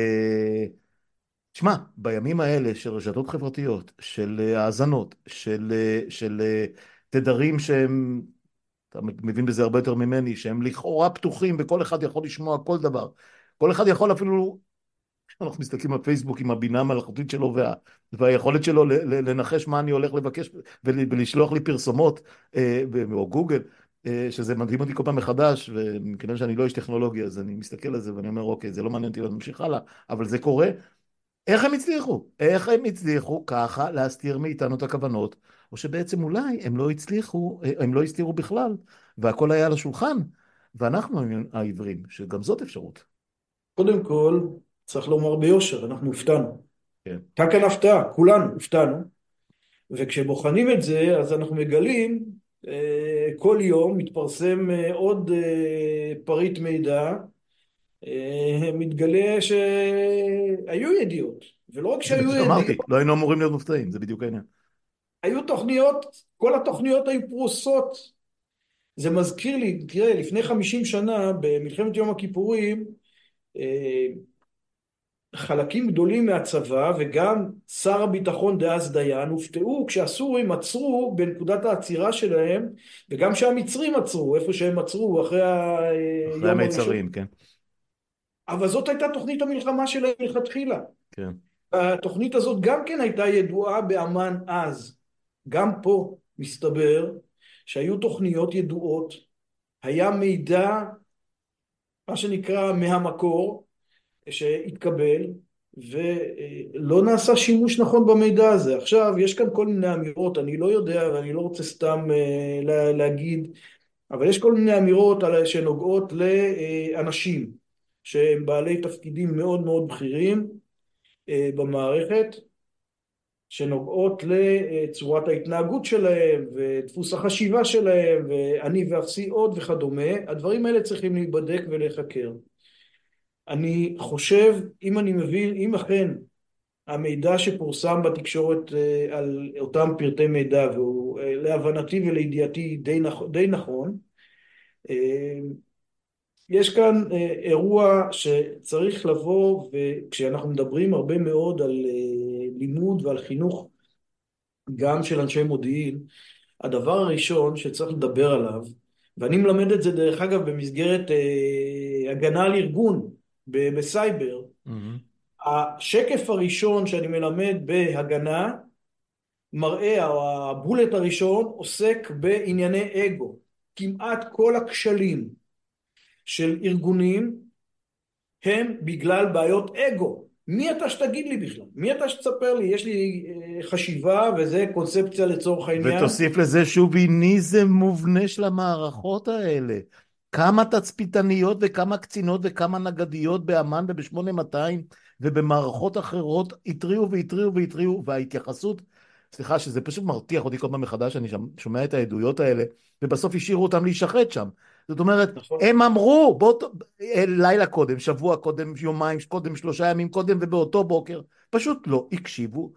תשמע, בימים האלה של רשתות חברתיות, של אה, האזנות, של, אה, של אה, תדרים שהם, אתה מבין בזה הרבה יותר ממני, שהם לכאורה פתוחים וכל אחד יכול לשמוע כל דבר. כל אחד יכול אפילו, אנחנו מסתכלים על פייסבוק עם הבינה המלאכותית שלו וה, והיכולת שלו ל- ל- לנחש מה אני הולך לבקש ול- ולשלוח לי פרסומות, אה, ב- או גוגל, אה, שזה מדהים אותי כל פעם מחדש, ומכיוון שאני לא איש טכנולוגיה אז אני מסתכל על זה ואני אומר אוקיי זה לא מעניין אותי ואני ממשיך הלאה, אבל זה קורה. איך הם הצליחו? איך הם הצליחו ככה להסתיר מאיתנו את הכוונות, או שבעצם אולי הם לא הצליחו, הם לא הסתירו בכלל, והכל היה על השולחן, ואנחנו העיוורים, שגם זאת אפשרות. קודם כל, צריך לומר ביושר, אנחנו הופתענו. כן. הייתה כאן הפתעה, כולנו הופתענו, וכשבוחנים את זה, אז אנחנו מגלים, אה, כל יום מתפרסם אה, עוד אה, פריט מידע, אה, מתגלה שהיו ידיעות, ולא רק זה מה שהיו שאמרתי, ידיעות, לא היינו אמורים להיות מופתעים, זה בדיוק העניין. היו תוכניות, כל התוכניות היו פרוסות. זה מזכיר לי, תראה, לפני חמישים שנה, במלחמת יום הכיפורים, אה, חלקים גדולים מהצבא וגם שר הביטחון דאז דיין הופתעו כשהסורים עצרו בנקודת העצירה שלהם, וגם שהמצרים עצרו איפה שהם עצרו אחרי אחרי היום הראשון. המיצרים, כן. אבל זאת הייתה תוכנית המלחמה שלהם מלכתחילה. כן. התוכנית הזאת גם כן הייתה ידועה באמ"ן אז. גם פה מסתבר שהיו תוכניות ידועות, היה מידע מה שנקרא מהמקור שהתקבל, ולא נעשה שימוש נכון במידע הזה. עכשיו, יש כאן כל מיני אמירות, אני לא יודע ואני לא רוצה סתם אה, לה, להגיד, אבל יש כל מיני אמירות על- שנוגעות לאנשים שהם בעלי תפקידים מאוד מאוד בכירים אה, במערכת, שנוגעות לצורת ההתנהגות שלהם ודפוס החשיבה שלהם ואני ואפסי עוד וכדומה. הדברים האלה צריכים להיבדק ולהיחקר. אני חושב, אם אני מבין, אם אכן המידע שפורסם בתקשורת אה, על אותם פרטי מידע, והוא אה, להבנתי ולידיעתי די, נכ... די נכון, אה, יש כאן אה, אירוע שצריך לבוא, וכשאנחנו מדברים הרבה מאוד על אה, לימוד ועל חינוך גם של אנשי מודיעין, הדבר הראשון שצריך לדבר עליו, ואני מלמד את זה דרך אגב במסגרת אה, הגנה על ארגון ב- בסייבר, מהמם. השקף הראשון שאני מלמד בהגנה מראה, או הבולט הראשון עוסק בענייני אגו. כמעט כל הכשלים של ארגונים הם בגלל בעיות אגו. מי אתה שתגיד לי בכלל? מי אתה שתספר לי? יש לי אה, חשיבה וזה קונספציה לצורך העניין. ותוסיף לזה שוביניזם מובנה של המערכות האלה. כמה תצפיתניות וכמה קצינות וכמה נגדיות באמ"ן וב-שמונה מאתיים ובמערכות אחרות התריעו והתריעו והתריעו, וההתייחסות, סליחה שזה פשוט מרתיח אותי כל פעם מחדש, אני שם, שומע את העדויות האלה, ובסוף השאירו אותם להישחט שם. זאת אומרת, נכון. הם אמרו, באותו, לילה קודם, שבוע קודם, יומיים קודם, שלושה ימים קודם, ובאותו בוקר, פשוט לא הקשיבו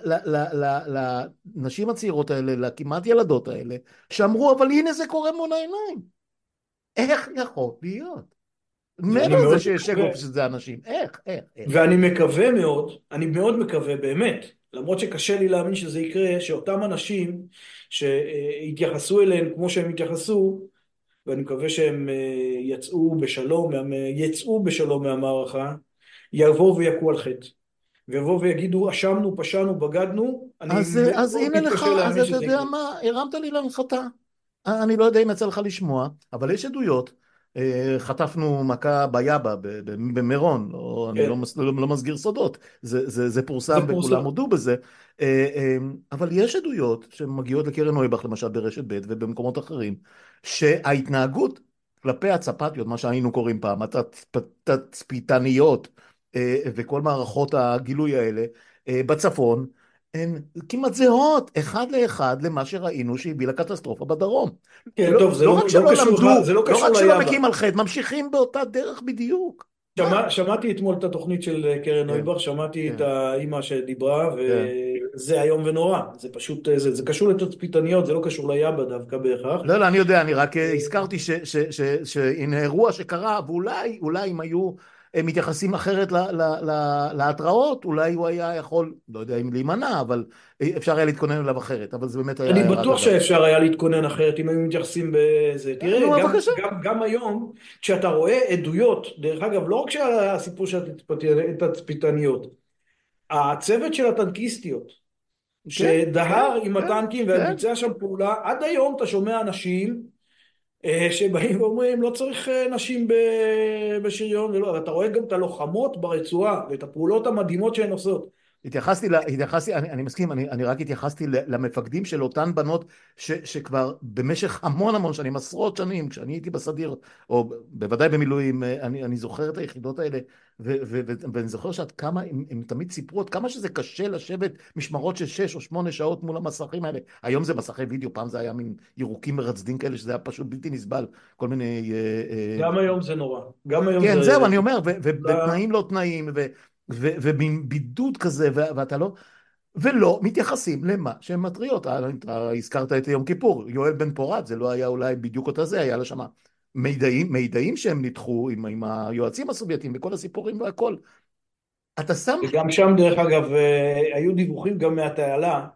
לנשים הצעירות האלה, לכמעט ילדות האלה, שאמרו, אבל הנה זה קורה מול העיניים. איך יכול להיות? ואני מעבר לזה מאוד שיש מקווה, אגו שזה אנשים, איך, איך, איך? ואני מקווה מאוד, אני מאוד מקווה באמת, למרות שקשה לי להאמין שזה יקרה, שאותם אנשים שהתייחסו אליהם כמו שהם התייחסו, ואני מקווה שהם אה, יצאו בשלום, מה- יצאו בשלום מהמערכה, יבואו ויכו על חטא. ויבואו ויגידו, אשמנו, פשענו, בגדנו, אני אז, אז מאוד הנה לך, מתקשה אז להאמין אתה שזה יודע יקרה. מה, הרמת לי להנחתה. אני לא יודע אם יצא לך לשמוע, אבל יש עדויות. אה, חטפנו מכה ביאבה, ב- ב- במירון, לא, אני לא, כן, מס- לא, לא מסגיר סודות, זה, זה, זה זה פורסם וכולם פורסם. הודו בזה. אה, אה, אבל יש עדויות שמגיעות לקרן נויבך, למשל ברשת ב' ובמקומות אחרים, שההתנהגות כלפי הצפתיות, מה שהיינו קוראים פעם, התצפיתניות, אה, וכל מערכות הגילוי האלה, אה, בצפון, הן כמעט זהות, אחד לאחד, למה שראינו שהביא לקטסטרופה בדרום. כן, לא, טוב, זה לא לא, רק לא שלא קשור, לך- למדו, זה לא לא קשור רק שלא ליאבה. מכים על חטא, ממשיכים באותה דרך בדיוק. מה? שמע, שמעתי אתמול את התוכנית של קרן כן, נויבך, שמעתי את כן, האימא שדיברה, כן. וזה איום ונורא. זה פשוט, זה, זה קשור לתצפיתניות, זה לא קשור ליאבה דווקא בהכרח. לא, לא, אני יודע, אני רק אה, הזכרתי ש- ש- ש- שהנה אירוע שקרה, ואולי, אולי אם היו אה, מתייחסים אחרת ל- ל- ל- להתראות, אולי הוא היה יכול, לא יודע אם להימנע, אבל אה, אפשר היה להתכונן אליו אחרת, אבל זה באמת היה אני הערת בטוח אגב. שאפשר היה להתכונן אחרת אם היו מתייחסים בזה. אה, תראה, נו, גם, בבקשה. גם, גם היום, כשאתה רואה עדויות, דרך אגב, לא רק שהסיפור של התצפיתניות, הצוות של הטנקיסטיות, כן, כן, שדהר עם כן, הטנקים כן. וביצע שם פעולה, עד היום אתה שומע אנשים אה, שבאים ואומרים, לא צריך אה, נשים ב- בשריון, ולא, אתה רואה גם את הלוחמות ברצועה, ואת הפעולות המדהימות שהן עושות. התייחסתי, לה, התייחסתי, אני, אני מסכים, אני, אני רק התייחסתי ל- למפקדים של אותן בנות ש, שכבר במשך המון המון שנים, עשרות שנים, כשאני הייתי בסדיר, או ב- בוודאי במילואים, אה, אני, אני זוכר את היחידות האלה, ו, ו, ו, ואני זוכר שעד כמה, הם, הם תמיד סיפרו עד כמה שזה קשה לשבת משמרות של שש או שמונה שעות מול המסכים האלה. היום זה מסכי וידאו, פעם זה היה מין ירוקים מרצדים כאלה, שזה היה פשוט בלתי נסבל, כל מיני... אה, אה, גם היום זה נורא. גם היום כן, זה... זהו, אני אומר, ו- פעולה. ובתנאים לא תנאים, ו- ו- ובבידוד כזה, ו- ואתה לא... ולא מתייחסים למה שהן מטריות. אה, אתה הזכרת את יום כיפור, יואל בן פורת, זה לא היה אולי בדיוק אותה זה, היה לה שמה מידעים, מידעים שהם ניתחו עם, עם היועצים הסובייטים וכל הסיפורים והכל. אתה שם... וגם שם, דרך אגב, אה, היו דיווחים גם מהתעלה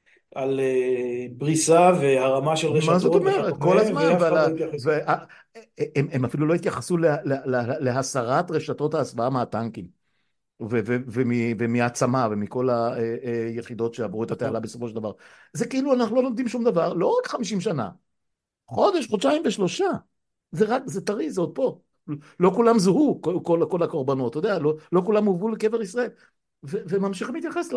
על אה, פריסה והרמה של מה זאת רשתות אומרת? וכדומה, כל הזמן, ואף אחד ועל ה... לא התייחס. וה... הם, הם אפילו לא התייחסו לה, לה, לה, להסרת רשתות ההסוואה מהטנקים. ו- ו- ומ- ומהעצמה ומכל היחידות שעברו את התעלה נכון. בסופו של דבר. זה כאילו אנחנו לא לומדים שום דבר, לא רק חמישים שנה, חודש, חודשיים ושלושה. זה רק, זה טרי, זה עוד פה. לא כולם זוהו, כל, כל, כל הקורבנות, אתה יודע, לא, לא כולם הובאו לקבר ישראל. ו- וממשיכים להתייחס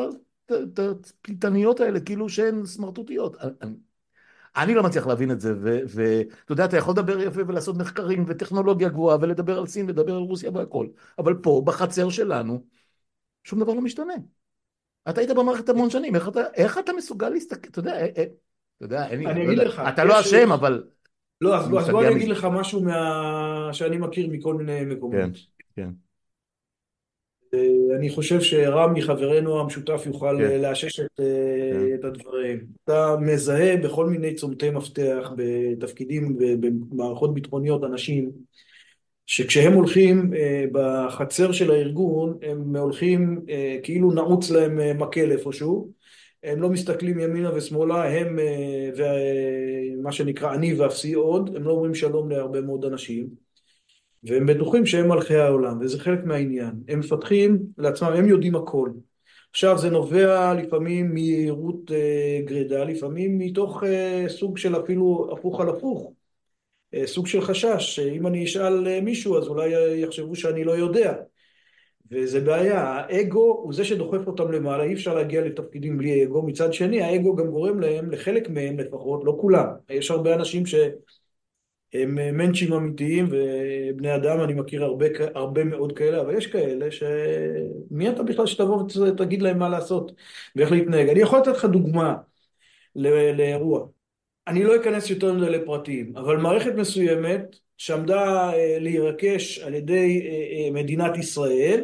לתצפיתניות האלה כאילו שהן סמרטוטיות. אני, אני לא מצליח להבין את זה, ואתה יודע, אתה יכול לדבר יפה ולעשות מחקרים וטכנולוגיה גבוהה ולדבר על סין ולדבר על רוסיה והכל, אבל פה, בחצר שלנו, שום דבר לא משתנה. אתה היית במערכת המון שנים, איך אתה, איך אתה מסוגל להסתכל, אתה יודע, אה, אה, אתה יודע, אין לי, אני לא אגיד יודע, לך, אתה לא יש... אשם, אבל לא, אז אני בוא, אז בוא משתגע אני אגיד מזה. לך משהו מה... שאני מכיר מכל מיני כן, מקומות. כן, אה, אני חושב שרמי, חברנו המשותף, יוכל כן, אה, לאשש את, כן. אה, את הדברים. אתה מזהה בכל מיני צומתי מפתח, בתפקידים, במערכות ביטחוניות, אנשים שכשהם הולכים אה, בחצר של הארגון, הם הולכים אה, כאילו נעוץ להם אה, מקל איפשהו, הם לא מסתכלים ימינה ושמאלה, הם, אה, ומה שנקרא אני ואפסי עוד, הם לא אומרים שלום להרבה מאוד אנשים, והם בטוחים שהם מלכי העולם, וזה חלק מהעניין. הם מפתחים לעצמם, הם יודעים הכל. עכשיו זה נובע לפעמים מיהירות אה, גרידא, לפעמים מתוך אה, סוג של אפילו הפוך על הפוך. אה, סוג של חשש, שאם אני אשאל אה, מישהו אז אולי אה, יחשבו שאני לא יודע. וזה בעיה, האגו הוא זה שדוחף אותם למעלה, אי אפשר להגיע לתפקידים בלי אגו, מצד שני האגו גם גורם להם, לחלק מהם לפחות, לא כולם, יש הרבה אנשים שהם מנצ'ים אמיתיים ובני אדם, אני מכיר הרבה, הרבה מאוד כאלה, אבל יש כאלה שמי אתה בכלל שתבוא ותגיד להם מה לעשות ואיך להתנהג. אני יכול לתת לך דוגמה לאירוע, אני לא אכנס יותר מדי לפרטים, אבל מערכת מסוימת שעמדה להירכש על ידי מדינת ישראל,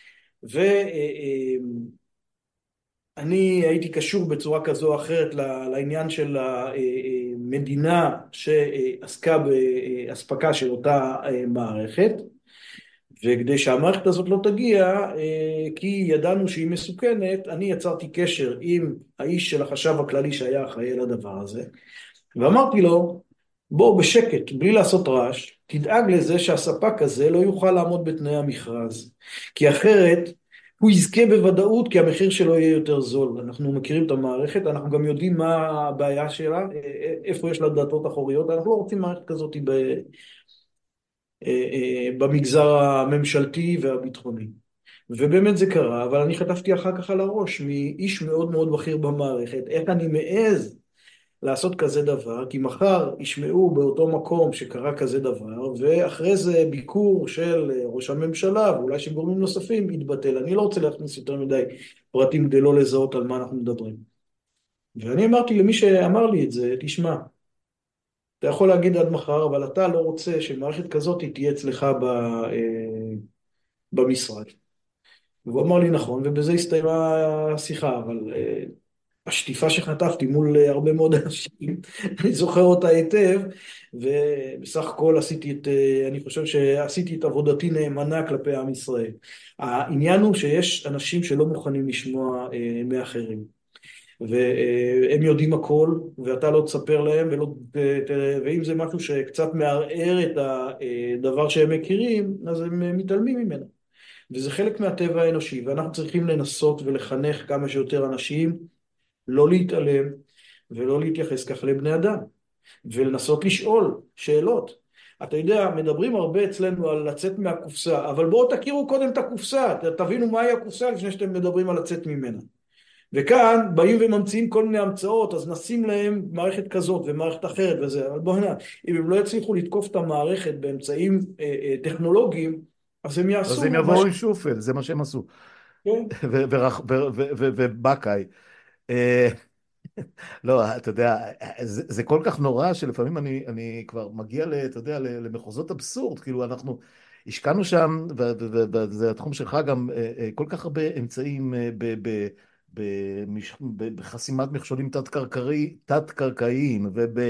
ואני הייתי קשור בצורה כזו או אחרת לעניין של המדינה שעסקה באספקה של אותה מערכת, וכדי שהמערכת הזאת לא תגיע, כי ידענו שהיא מסוכנת, אני יצרתי קשר עם האיש של החשב הכללי שהיה אחראי על הדבר הזה, ואמרתי לו, בוא בשקט, בלי לעשות רעש, תדאג לזה שהספק הזה לא יוכל לעמוד בתנאי המכרז, כי אחרת הוא יזכה בוודאות, כי המחיר שלו יהיה יותר זול. אנחנו מכירים את המערכת, אנחנו גם יודעים מה הבעיה שלה, איפה יש לה דלתות אחוריות, אנחנו לא רוצים מערכת כזאת במגזר הממשלתי והביטחוני. ובאמת זה קרה, אבל אני חטפתי אחר כך על הראש מאיש מאוד מאוד בכיר במערכת, איך אני מעז לעשות כזה דבר, כי מחר ישמעו באותו מקום שקרה כזה דבר, ואחרי זה ביקור של ראש הממשלה, ואולי של גורמים נוספים, יתבטל. אני לא רוצה להכניס יותר מדי פרטים כדי לא לזהות על מה אנחנו מדברים. ואני אמרתי למי שאמר לי את זה, תשמע, אתה יכול להגיד עד מחר, אבל אתה לא רוצה שמערכת כזאת תהיה אצלך ב, אה, במשרד. והוא אמר לי נכון, ובזה הסתיימה השיחה, אבל אה, השטיפה שחטפתי מול הרבה מאוד אנשים, אני זוכר אותה היטב, ובסך הכל עשיתי את, אני חושב שעשיתי את עבודתי נאמנה כלפי עם ישראל. העניין הוא שיש אנשים שלא מוכנים לשמוע מאחרים, והם יודעים הכל, ואתה לא תספר להם, ולא, ואם זה משהו שקצת מערער את הדבר שהם מכירים, אז הם מתעלמים ממנו. וזה חלק מהטבע האנושי, ואנחנו צריכים לנסות ולחנך כמה שיותר אנשים, לא להתעלם ולא להתייחס ככה לבני אדם, ולנסות לשאול שאלות. אתה יודע, מדברים הרבה אצלנו על לצאת מהקופסה, אבל בואו תכירו קודם את הקופסה, תבינו מהי הקופסה לפני שאתם מדברים על לצאת ממנה. וכאן באים וממציאים כל מיני המצאות, אז נשים להם מערכת כזאת ומערכת אחרת וזה, אבל בואו נראה, אם הם לא יצליחו לתקוף את המערכת באמצעים אה, אה, טכנולוגיים, אז הם אז הם יעשו מה יבואו ש... עם שופל, זה מה שהם עשו. כן. ובקאי. לא, אתה יודע, זה, זה כל כך נורא שלפעמים אני, אני כבר מגיע, ל, אתה יודע, למחוזות אבסורד, כאילו אנחנו השקענו שם, וזה התחום שלך גם, אה, אה, כל כך הרבה אמצעים אה, ב, ב, במש- ב- בחסימת מכשולים תת-קרקעי- תת-קרקעיים, וב...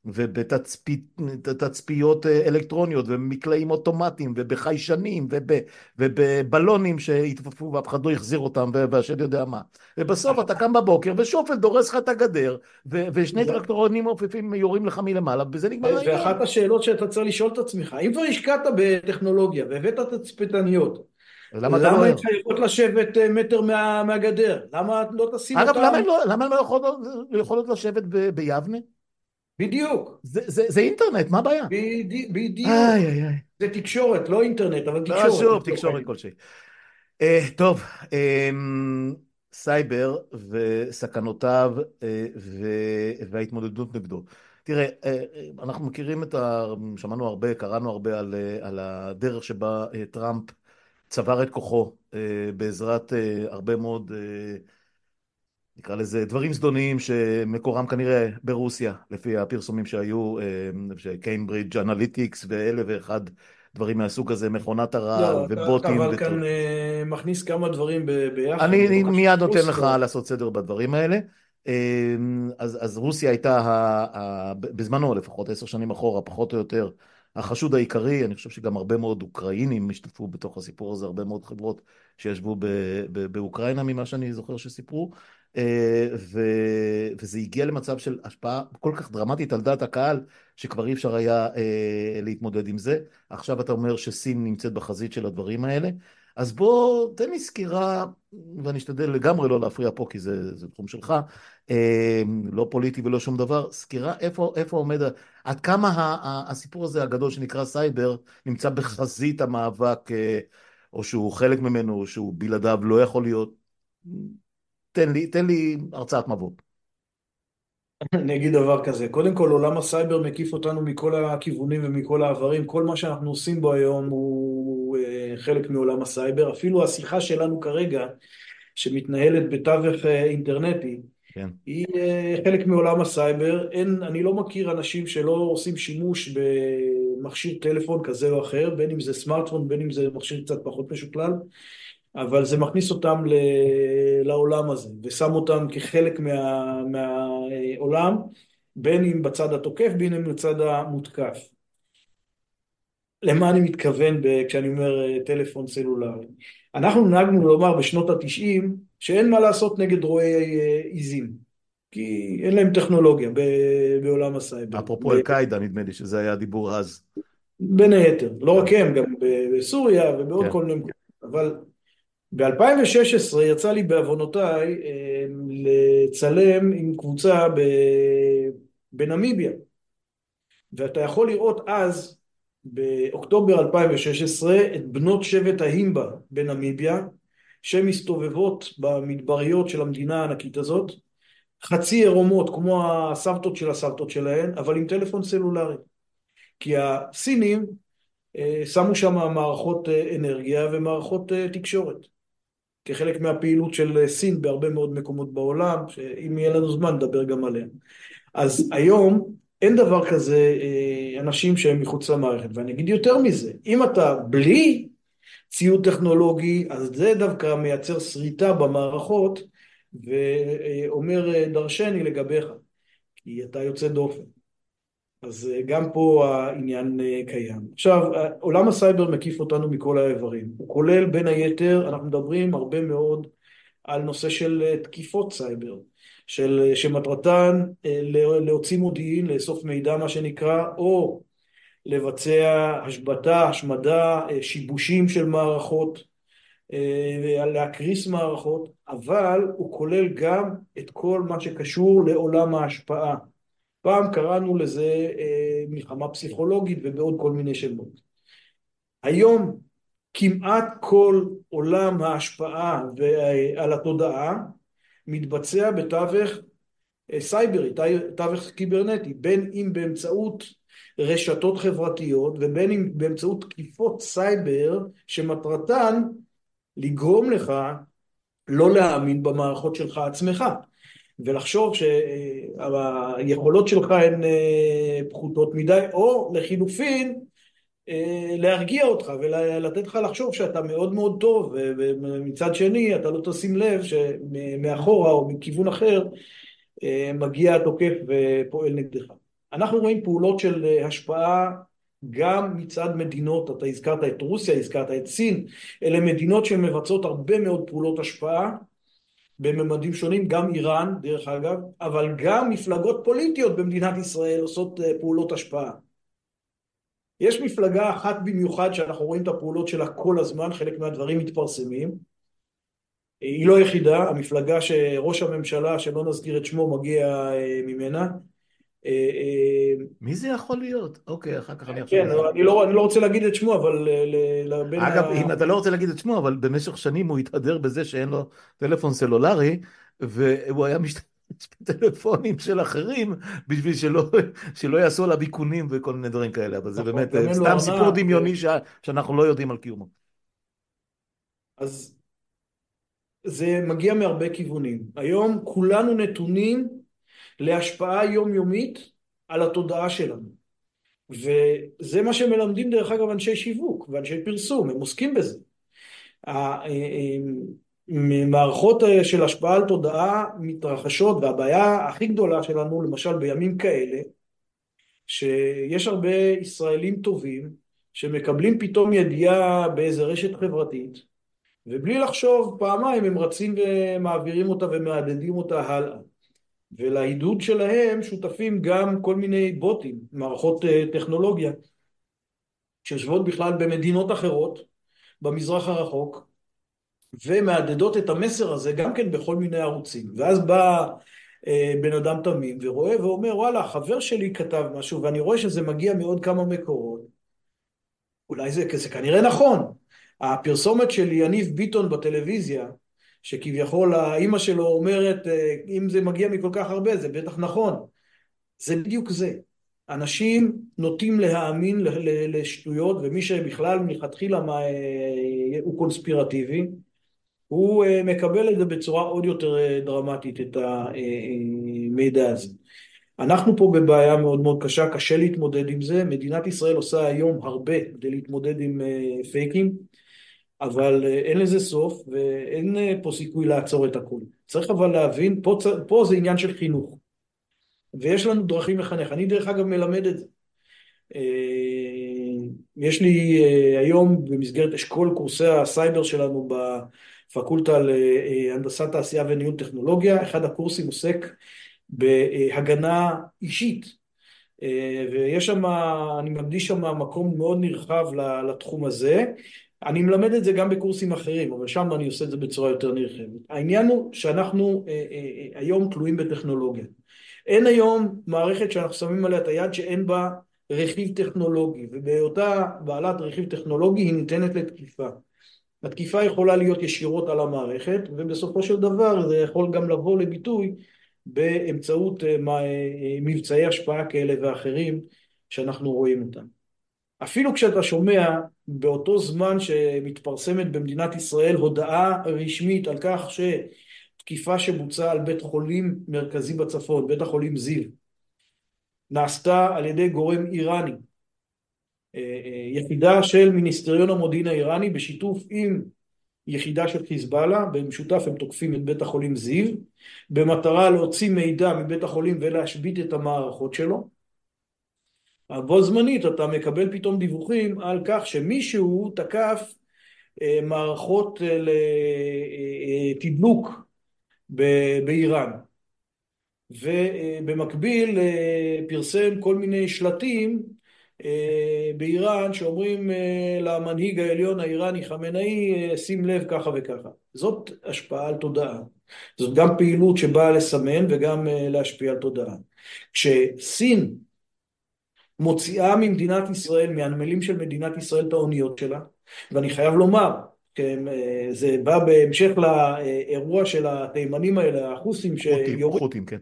ובתצפיות אלקטרוניות ובמקלעים אוטומטיים ובחיישנים וב, ובבלונים שהתעופפו ואף אחד לא החזיר אותם והשד יודע מה. ובסוף אתה קם בבוקר ושופל דורס לך את הגדר ו- ושני טרקטורונים מעופפים יורים לך מלמעלה ובזה נגמר העניין. ואחת השאלות שאתה צריך לשאול את עצמך, אם כבר השקעת בטכנולוגיה והבאת תצפיתניות, למה אתה לא למה הן ער? חייבות לשבת מטר מה, מהגדר? למה לא תשים אגב, למה אותן? הן לא, למה הן לא יכולות, לא יכולות לשבת ב- ביבנה? בדיוק, זה, זה, זה אינטרנט, מה הבעיה? בדי, איי בדיוק. איי איי. זה תקשורת, לא אינטרנט, אבל לא תקשורת. חשוב, לצורך תקשורת העניין. כלשהי. אה, טוב, אה, סייבר וסכנותיו אה, ו- וההתמודדות נגדו. תראה, אה, אה, אנחנו מכירים את ה... שמענו הרבה, קראנו הרבה על, אה, על הדרך שבה אה, טראמפ צבר את כוחו אה, בעזרת אה, הרבה מאוד, אה, נקרא לזה, דברים זדוניים שמקורם כנראה ברוסיה, לפי הפרסומים שהיו, אה, קיימברידג' אנליטיקס ואלה ואחד דברים מהסוג הזה, מכונת הרעל לא, אתה, אתה ובוטים אבל וטרור. כאן אה, מכניס כמה דברים ב, ביחד, זה לא אני קשור מיד נותן לך לרוסיה. לעשות סדר בדברים האלה. אז, אז רוסיה הייתה, ה, ה, בזמנו לפחות, עשר שנים אחורה, פחות או יותר, החשוד העיקרי. אני חושב שגם הרבה מאוד אוקראינים השתתפו בתוך הסיפור הזה, הרבה מאוד חברות שישבו ב, ב, באוקראינה, ממה שאני זוכר שסיפרו. אה, ו, וזה הגיע למצב של השפעה כל כך דרמטית על דעת הקהל, שכבר אי אפשר היה אה, להתמודד עם זה. עכשיו אתה אומר שסין נמצאת בחזית של הדברים האלה. אז בוא, תן לי סקירה, ואני אשתדל לגמרי לא להפריע פה, כי זה, זה תחום שלך, אה, לא פוליטי ולא שום דבר, סקירה איפה, איפה עומד, עד כמה ה, ה, הסיפור הזה הגדול שנקרא סייבר, נמצא בחזית המאבק, אה, או שהוא חלק ממנו, או שהוא בלעדיו לא יכול להיות. תן לי, תן לי הרצאת מבוא. אני אגיד דבר כזה, קודם כל עולם הסייבר מקיף אותנו מכל הכיוונים ומכל העברים, כל מה שאנחנו עושים בו היום הוא אה, חלק מעולם הסייבר, אפילו השיחה שלנו כרגע, שמתנהלת בתווך אה, אינטרנטי, כן. היא אה, חלק מעולם הסייבר. אין, אני לא מכיר אנשים שלא עושים שימוש במכשיר טלפון כזה או אחר, בין אם זה סמארטפון, בין אם זה מכשיר קצת פחות משוכלל, אבל זה מכניס אותם ל- לעולם הזה, ושם אותם כחלק מה, מהעולם, בין אם בצד התוקף, בין אם בצד המותקף. למה אני מתכוון ב- כשאני אומר אה, טלפון סלולרי? אנחנו נהגנו לומר בשנות התשעים שאין מה לעשות נגד רועי אה, עיזים, כי אין להם טכנולוגיה ב- בעולם הסייבר. אפרופו ב- אל-קאעידה, נדמה לי שזה היה דיבור אז. בין היתר, לא כן, רק הם, גם ב- בסוריה ובעוד כן. כל מיני מקומות. אבל ב-אלפיים ושש עשרה יצא לי בעוונותיי אה, לצלם עם קבוצה ב- בנמיביה, ואתה יכול לראות אז, באוקטובר אלפיים ושש עשרה, את בנות שבט ההימבה בנמיביה, שמסתובבות במדבריות של המדינה הענקית הזאת, חצי עירומות כמו הסבתות של הסבתות שלהן, אבל עם טלפון סלולרי. כי הסינים אה, שמו שם מערכות אה, אנרגיה ומערכות אה, תקשורת. כחלק מהפעילות של סין בהרבה מאוד מקומות בעולם, שאם יהיה לנו זמן נדבר גם עליהם. אז היום אין דבר כזה אה, אנשים שהם מחוץ למערכת, ואני אגיד יותר מזה, אם אתה בלי ציוד טכנולוגי, אז זה דווקא מייצר שריטה במערכות, ואומר אה, דרשני לגביך, כי אתה יוצא דופן. אז אה, גם פה העניין אה, קיים. עכשיו, אה, עולם הסייבר מקיף אותנו מכל האיברים. הוא כולל בין היתר, אנחנו מדברים הרבה מאוד על נושא של אה, תקיפות סייבר, של, אה, שמטרתן אה, לה- להוציא מודיעין, לאסוף מידע מה שנקרא, או לבצע השבתה, השמדה, אה, שיבושים של מערכות, אה, להקריס מערכות, אבל הוא כולל גם את כל מה שקשור לעולם ההשפעה. פעם קראנו לזה אה, מלחמה פסיכולוגית ובעוד כל מיני שמות. היום כמעט כל עולם ההשפעה על התודעה מתבצע בתווך אה, סייברי, תווך קיברנטי, בין אם באמצעות רשתות חברתיות ובין אם באמצעות תקיפות סייבר שמטרתן לגרום לך לא להאמין במערכות שלך עצמך, ולחשוב שהיכולות שלך הן אה, פחותות מדי, או לחילופין אה, להרגיע אותך ולתת לך לחשוב שאתה מאוד מאוד טוב, ומצד שני אתה לא תשים לב שמאחורה או מכיוון אחר אה, מגיע התוקף ופועל נגדך. אנחנו רואים פעולות של אה, השפעה גם מצד מדינות, אתה הזכרת את רוסיה, הזכרת את סין, אלה מדינות שמבצעות הרבה מאוד פעולות השפעה בממדים שונים, גם איראן דרך אגב, אבל גם מפלגות פוליטיות במדינת ישראל עושות אה, פעולות השפעה. יש מפלגה אחת במיוחד שאנחנו רואים את הפעולות שלה כל הזמן, חלק מהדברים מתפרסמים, היא לא יחידה, המפלגה שראש הממשלה, שלא נזכיר את שמו, מגיע אה, ממנה. אה, אה, מי זה יכול להיות? אוקיי, אחר כך אני עכשיו כן, אזכר. אני לא, אני לא רוצה להגיד את שמו, אבל אה, ל- ל- בין אגב, ה... אם אתה לא רוצה להגיד את שמו, אבל במשך שנים הוא התהדר בזה שאין לו טלפון סלולרי, והוא היה משתמש בטלפונים של אחרים בשביל שלא, שלא יעשו עליו איכונים וכל מיני דברים כאלה, אבל זה נכון, באמת גם אה, אין לו סתם סיפור ארנק. אה, דמיוני ש... שאנחנו לא יודעים על קיומו. אז זה מגיע מהרבה כיוונים. היום כולנו נתונים להשפעה יומיומית על התודעה שלנו. וזה מה שמלמדים דרך אגב אנשי שיווק ואנשי פרסום, הם עוסקים בזה. מערכות של השפעה על תודעה מתרחשות, והבעיה הכי גדולה שלנו למשל בימים כאלה, שיש הרבה ישראלים טובים שמקבלים פתאום ידיעה באיזה רשת חברתית, ובלי לחשוב פעמיים הם רצים ומעבירים אותה ומעדדים אותה הלאה. ולעידוד שלהם שותפים גם כל מיני בוטים, מערכות אה, טכנולוגיה, שיושבות בכלל במדינות אחרות, במזרח הרחוק, ומעדדות את המסר הזה גם כן בכל מיני ערוצים. ואז בא אה, בן אדם תמים ורואה ואומר, וואלה, חבר שלי כתב משהו, ואני רואה שזה מגיע מעוד כמה מקורות. אולי זה, זה כנראה נכון. הפרסומת של יניב ביטון בטלוויזיה, שכביכול האימא שלו אומרת, אם זה מגיע מכל כך הרבה, זה בטח נכון. זה בדיוק זה. אנשים נוטים להאמין לשטויות, ומי שבכלל מלכתחילה הוא קונספירטיבי, הוא מקבל את זה בצורה עוד יותר דרמטית, את המידע הזה. אנחנו פה בבעיה מאוד מאוד קשה, קשה להתמודד עם זה. מדינת ישראל עושה היום הרבה כדי להתמודד עם פייקים, אבל אין לזה סוף, ואין פה סיכוי לעצור את הכל. צריך אבל להבין, פה, פה זה עניין של חינוך, ויש לנו דרכים לחנך. אני דרך אגב מלמד את זה. יש לי היום במסגרת אשכול קורסי הסייבר שלנו בפקולטה להנדסת תעשייה וניהול טכנולוגיה, אחד הקורסים עוסק בהגנה אישית, ויש שם, אני מקדיש שם מקום מאוד נרחב לתחום הזה. אני מלמד את זה גם בקורסים אחרים, אבל שם אני עושה את זה בצורה יותר נרחבת. העניין הוא שאנחנו היום תלויים בטכנולוגיה. אין היום מערכת שאנחנו שמים עליה את היד שאין בה רכיב טכנולוגי, ובאותה בעלת רכיב טכנולוגי היא ניתנת לתקיפה. התקיפה יכולה להיות ישירות על המערכת, ובסופו של דבר זה יכול גם לבוא לביטוי באמצעות מבצעי השפעה כאלה ואחרים שאנחנו רואים אותם. אפילו כשאתה שומע באותו זמן שמתפרסמת במדינת ישראל הודעה רשמית על כך שתקיפה שבוצעה על בית חולים מרכזי בצפון, בית החולים זיו, נעשתה על ידי גורם איראני, יחידה של מיניסטריון המודיעין האיראני בשיתוף עם יחידה של חיזבאללה, במשותף הם תוקפים את בית החולים זיו, במטרה להוציא מידע מבית החולים ולהשבית את המערכות שלו. בו זמנית אתה מקבל פתאום דיווחים על כך שמישהו תקף מערכות לתדלוק באיראן, ובמקביל פרסם כל מיני שלטים באיראן שאומרים למנהיג העליון האיראני חמינאי שים לב ככה וככה. זאת השפעה על תודעה, זאת גם פעילות שבאה לסמן וגם להשפיע על תודעה. כשסין מוציאה ממדינת ישראל, מהנמלים של מדינת ישראל את האוניות שלה, ואני חייב לומר, זה בא בהמשך לאירוע של התימנים האלה, החוסים שיורים. חות'ים, כן.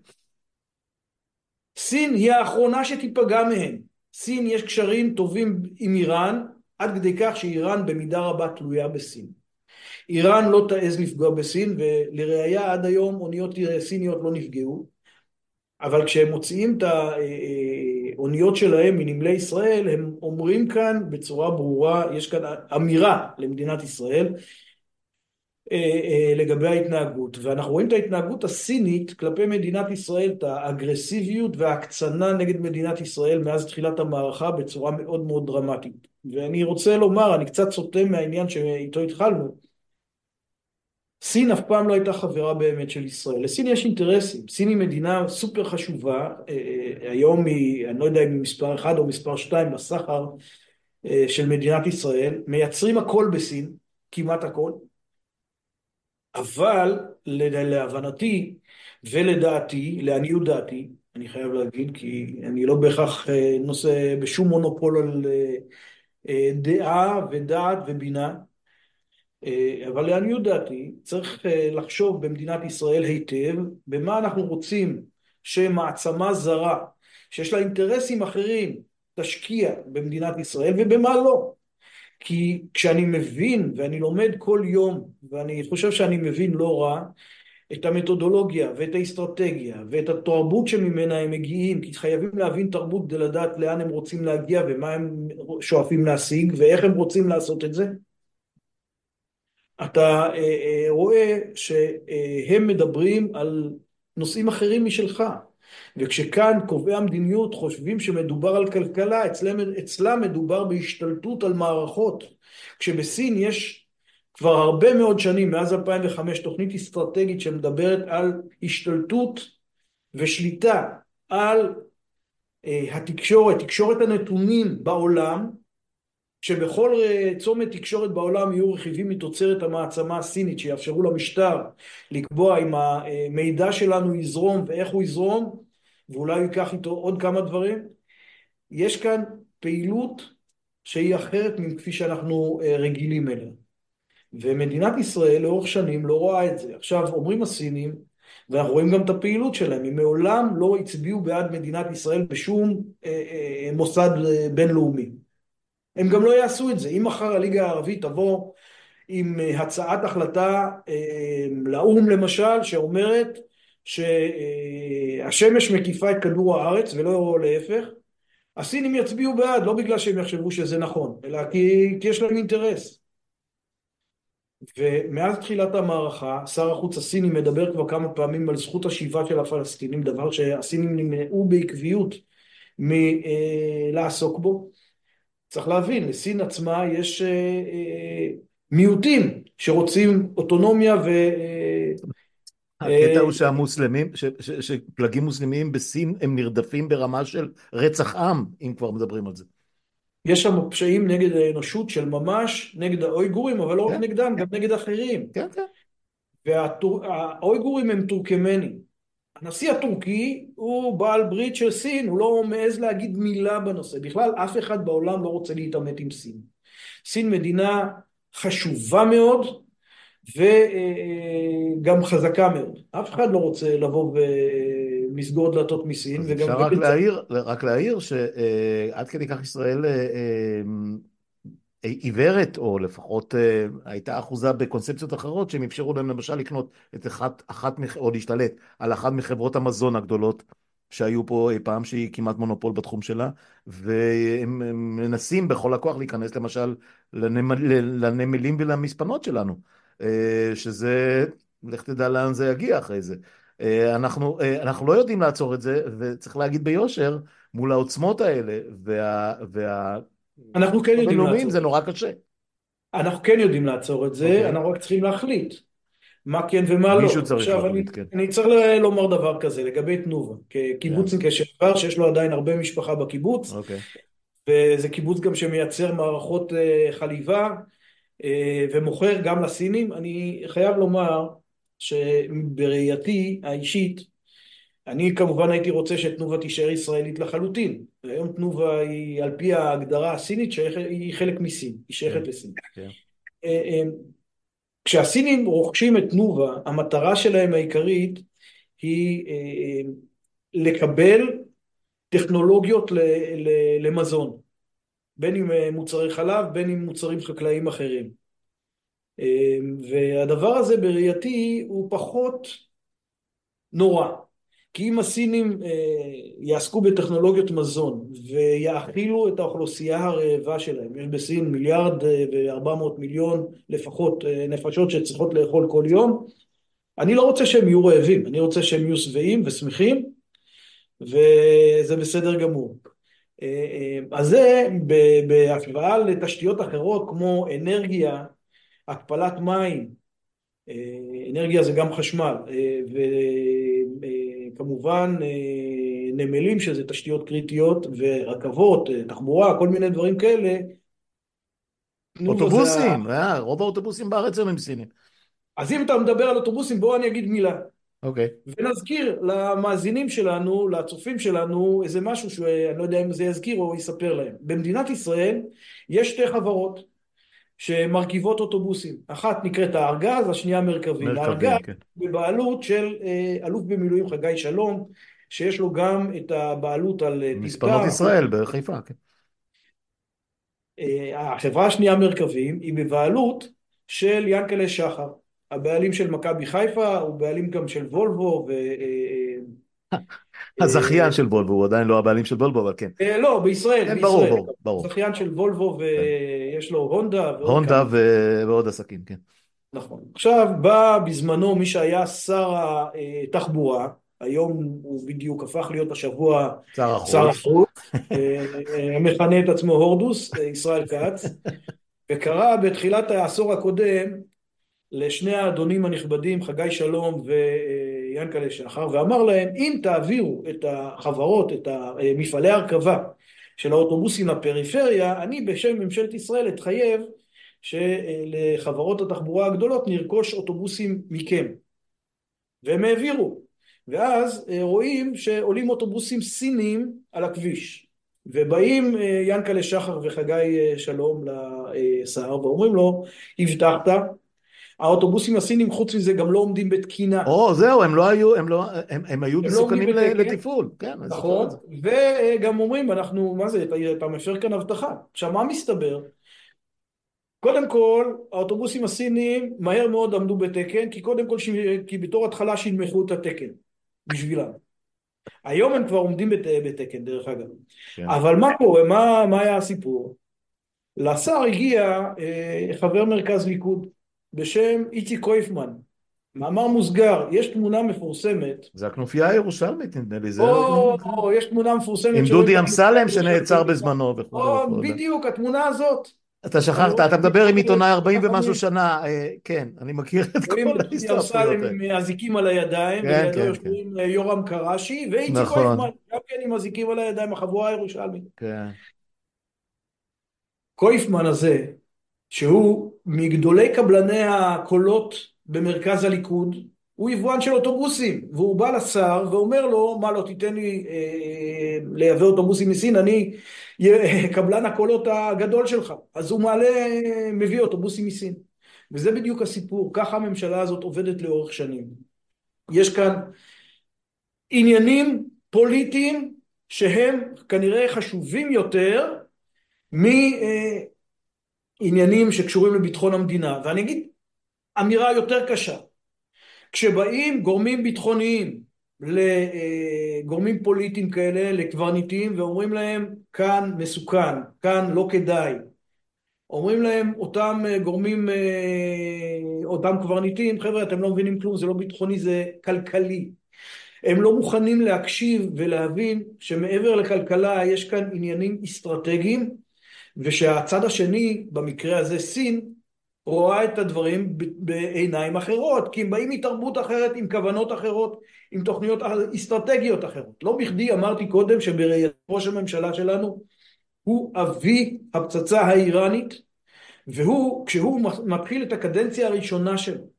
סין היא האחרונה שתיפגע מהם. סין יש קשרים טובים עם איראן, עד כדי כך שאיראן במידה רבה תלויה בסין. איראן לא תעז לפגוע בסין, ולראיה עד היום אוניות סיניות לא נפגעו, אבל כשהם מוציאים את האוניות שלהם מנמלי ישראל, הם אומרים כאן בצורה ברורה, יש כאן אמירה למדינת ישראל לגבי ההתנהגות, ואנחנו רואים את ההתנהגות הסינית כלפי מדינת ישראל, את האגרסיביות וההקצנה נגד מדינת ישראל מאז תחילת המערכה בצורה מאוד מאוד דרמטית. ואני רוצה לומר, אני קצת סוטה מהעניין שאיתו התחלנו, סין אף פעם לא הייתה חברה באמת של ישראל. לסין יש אינטרסים. סין היא מדינה סופר חשובה, היום היא, אני לא יודע אם היא מספר אחד או מספר שתיים בסחר של מדינת ישראל, מייצרים הכל בסין, כמעט הכל, אבל להבנתי ולדעתי, לעניות דעתי, אני חייב להגיד, כי אני לא בהכרח נושא בשום מונופול על דעה ודעת ובינה, אבל לעניות דעתי צריך לחשוב במדינת ישראל היטב במה אנחנו רוצים שמעצמה זרה שיש לה אינטרסים אחרים תשקיע במדינת ישראל ובמה לא. כי כשאני מבין ואני לומד כל יום, ואני חושב שאני מבין לא רע, את המתודולוגיה ואת האסטרטגיה ואת התרבות שממנה הם מגיעים, כי חייבים להבין תרבות כדי לדעת לאן הם רוצים להגיע ומה הם שואפים להשיג ואיך הם רוצים לעשות את זה, אתה רואה שהם מדברים על נושאים אחרים משלך. וכשכאן קובעי המדיניות חושבים שמדובר על כלכלה, אצלם, אצלם מדובר בהשתלטות על מערכות. כשבסין יש כבר הרבה מאוד שנים, מאז אלפיים וחמש, תוכנית אסטרטגית שמדברת על השתלטות ושליטה על התקשורת, תקשורת הנתונים בעולם, שבכל צומת תקשורת בעולם יהיו רכיבים מתוצרת המעצמה הסינית שיאפשרו למשטר לקבוע אם המידע שלנו יזרום ואיך הוא יזרום, ואולי הוא ייקח איתו עוד כמה דברים. יש כאן פעילות שהיא אחרת מכפי שאנחנו רגילים אליה. ומדינת ישראל לאורך שנים לא רואה את זה. עכשיו, אומרים הסינים, ואנחנו רואים גם את הפעילות שלהם, הם מעולם לא הצביעו בעד מדינת ישראל בשום אה, אה, מוסד אה, בינלאומי. הם גם לא יעשו את זה. אם מחר הליגה הערבית תבוא עם אה, הצעת החלטה אה, לאו"ם למשל, שאומרת שהשמש מקיפה את כדור הארץ ולא להפך, הסינים יצביעו בעד, לא בגלל שהם יחשבו שזה נכון, אלא כי, כי יש להם אינטרס. ומאז תחילת המערכה, שר החוץ הסיני מדבר כבר כמה פעמים על זכות השיבה של הפלסטינים, דבר שהסינים נמנעו בעקביות מלעסוק בו. צריך להבין, לסין עצמה יש אה, אה, מיעוטים שרוצים אוטונומיה ו... אה, הקטע אה, הוא שהמוסלמים, ש- ש- שפלגים מוסלמיים בסין הם נרדפים ברמה של רצח עם, אם כבר מדברים על זה. יש שם פשעים נגד האנושות של ממש, נגד האויגורים, אבל לא רק כן, נגדם, גם נגד אחרים. כן, כן. והאויגורים הם טורקמנים. הנשיא הטורקי הוא בעל ברית של סין, הוא לא מעז להגיד מילה בנושא. בכלל, אף אחד בעולם לא רוצה להתעמת עם סין. סין מדינה חשובה מאוד, וגם חזקה מאוד. אף אחד לא רוצה לבוא ולסגור דלתות מסין, אז וגם אפשר רק להעיר, רק להעיר שעד כדי כך ישראל אה, אה, עיוורת, או לפחות אה, הייתה אחוזה בקונספציות אחרות, שהם אפשרו להם למשל לקנות את אחת, אחת מח- או להשתלט על אחת מחברות המזון הגדולות שהיו פה אי פעם, שהיא כמעט מונופול בתחום שלה, והם הם מנסים בכל הכוח להיכנס למשל לנמל, לנמלים ולמספנות שלנו, אה, שזה, לך תדע לאן זה יגיע אחרי זה. אה, אנחנו, אה, אנחנו לא יודעים לעצור את זה, וצריך להגיד ביושר, מול העוצמות האלה וה, וה אנחנו כן יודעים הבינלאומיים לעצור. זה נורא קשה. אנחנו כן יודעים לעצור את זה, אוקיי. אנחנו רק צריכים להחליט מה כן ומה מישהו לא. צריך עכשיו, אני, להחליט, כן. אני צריך לומר דבר כזה לגבי תנובה, כן. כקיבוצניק לשעבר, שיש לו עדיין הרבה משפחה בקיבוץ, אוקיי. וזה קיבוץ גם שמייצר מערכות אה, חליבה, אה, ומוכר גם לסינים. אני חייב לומר שבראייתי האישית, אני כמובן הייתי רוצה שתנובה תישאר ישראלית לחלוטין. היום תנובה היא על פי ההגדרה הסינית, שייכת- היא חלק מסין, היא כן. שייכת לסין. כן. אה, אה, כשהסינים רוכשים את תנובה, המטרה שלהם העיקרית היא אה, לקבל טכנולוגיות ל- ל- למזון, בין אם אה, מוצרי חלב, בין אם מוצרים חקלאיים אחרים. אה, והדבר הזה בראייתי הוא פחות נורא. כי אם הסינים אה, יעסקו בטכנולוגיות מזון ויאכילו את האוכלוסייה הרעבה שלהם, יש בסין מיליארד אה, וארבע מאות מיליון לפחות אה, נפשות שצריכות לאכול כל יום, אני לא רוצה שהם יהיו רעבים, אני רוצה שהם יהיו שבעים ושמחים, וזה בסדר גמור. אה, אה, אז זה ב- בהשוואה לתשתיות אחרות כמו אנרגיה, התפלת מים, אה, אנרגיה זה גם חשמל, אה, וכמובן נמלים שזה תשתיות קריטיות, ורכבות, אה, תחבורה, כל מיני דברים כאלה. תנובה זה ה... אוטובוסים, אה, רוב האוטובוסים בארץ הם עם סינים. אז אם אתה מדבר על אוטובוסים, בוא אני אגיד מילה. אוקיי. ונזכיר למאזינים שלנו, לצופים שלנו, איזה משהו שאני לא יודע אם זה יזכיר או יספר להם. במדינת ישראל יש שתי חברות שמרכיבות אוטובוסים. אחת נקראת הארגז, השנייה מרכבים. הארגז מרכבים, כן. בבעלות של אה, אלוף במילואים חגי שלום, שיש לו גם את הבעלות על אה, מספנות טיסה. ישראל בחיפה, כן. אה, החברה השנייה מרכבים היא בבעלות של ינקלה שחר, הבעלים של מכבי חיפה, הוא בעלים גם של וולבו ו... אה, אה, הזכיין של וולבו, הוא עדיין לא הבעלים של וולבו, אבל כן. אה, לא, בישראל, כן, ברור, בישראל. ברור, ברור. זכיין של וולבו כן. ויש לו הונדה ועוד הונדה כמה. ו- ועוד עסקים, כן. נכון. עכשיו בא בזמנו מי שהיה שר התחבורה, היום הוא בדיוק הפך להיות השבוע שר שר החוץ. החוץ, אה, אה, מכנה את עצמו הורדוס, אה, ישראל כץ, וקרא בתחילת העשור הקודם לשני האדונים הנכבדים, חגי שלום ויענקל'ה שחר, ואמר להם, אם תעבירו את החברות, את מפעלי ההרכבה של האוטובוסים לפריפריה, אני בשם ממשלת ישראל אתחייב שלחברות התחבורה הגדולות נרכוש אוטובוסים מכם. והם העבירו. ואז רואים שעולים אוטובוסים סינים על הכביש. ובאים אה, ינקלה שחר וחגי אה, שלום לשר ואומרים לו, הבטחת, האוטובוסים הסינים חוץ מזה גם לא עומדים בתקינה, או, זהו, הם לא היו, הם לא, הם, הם היו הם לא עומדים מסוכנים ל- בתקן, לתפעול, כן, אני זוכר את זה. נכון, וגם אומרים, אנחנו, מה זה, אתה, אתה מפר כאן הבטחה. עכשיו, מה מסתבר? קודם כל, האוטובוסים הסינים מהר מאוד עמדו בתקן, כי קודם כל, ש... כי בתור התחלה שינמכו את התקן בשבילם. היום הם כבר עומדים בת... בתקן, דרך אגב. כן. אבל מה קורה? מה, מה היה הסיפור? לשר הגיע אה, חבר מרכז ליכוד בשם איציק קויפמן. מאמר מוסגר, יש תמונה מפורסמת, זה הכנופיה הירושלמית, נדמה לי, זה הארגון, או, כן. או יש תמונה מפורסמת עם שרואים את דודי הכנופיה אמסלם שנעצר הירושלמית. בזמנו וכולי או, וכולי. בדיוק, התמונה הזאת. אתה אני שכחת, רואה אתה את מדבר עם דודי עיתונאי ארבעים ומשהו אמסלם, שנה, אה, כן, אני מכיר את רואים כל את דודי ההסתעפויות אמסלם האלה. עם אזיקים על הידיים, כן, ולידו כן, כן. יושבים יורם קרשי, ואיציק קויפמן, נכון, גם כן עם אזיקים על הידיים, החבורה הירושלמית. כן. קויפמן הזה, שהוא מגדולי קבלני הקולות במרכז הליכוד, הוא יבואן של אוטובוסים, והוא בא לשר ואומר לו, מה לא תיתן לי אה, לייבא אוטובוסים מסין, אני אה, קבלן הקולות הגדול שלך. אז הוא מעלה, מביא אוטובוסים מסין. וזה בדיוק הסיפור, ככה הממשלה הזאת עובדת לאורך שנים. יש כאן עניינים פוליטיים שהם כנראה חשובים יותר מעניינים שקשורים לביטחון המדינה. ואני אגיד אמירה יותר קשה. כשבאים גורמים ביטחוניים לגורמים פוליטיים כאלה, לקברניטים, ואומרים להם כאן מסוכן, כאן לא כדאי, אומרים להם אותם גורמים, אותם קברניטים, חבר'ה אתם לא מבינים כלום, זה לא ביטחוני, זה כלכלי. הם לא מוכנים להקשיב ולהבין שמעבר לכלכלה יש כאן עניינים אסטרטגיים, ושהצד השני, במקרה הזה סין, רואה את הדברים בעיניים אחרות, כי הם באים מתרבות אחרת, עם כוונות אחרות, עם תוכניות אסטרטגיות אחרות. לא בכדי אמרתי קודם שבראיית ראש הממשלה שלנו הוא אבי הפצצה האיראנית, והוא, כשהוא מתחיל את הקדנציה הראשונה שלו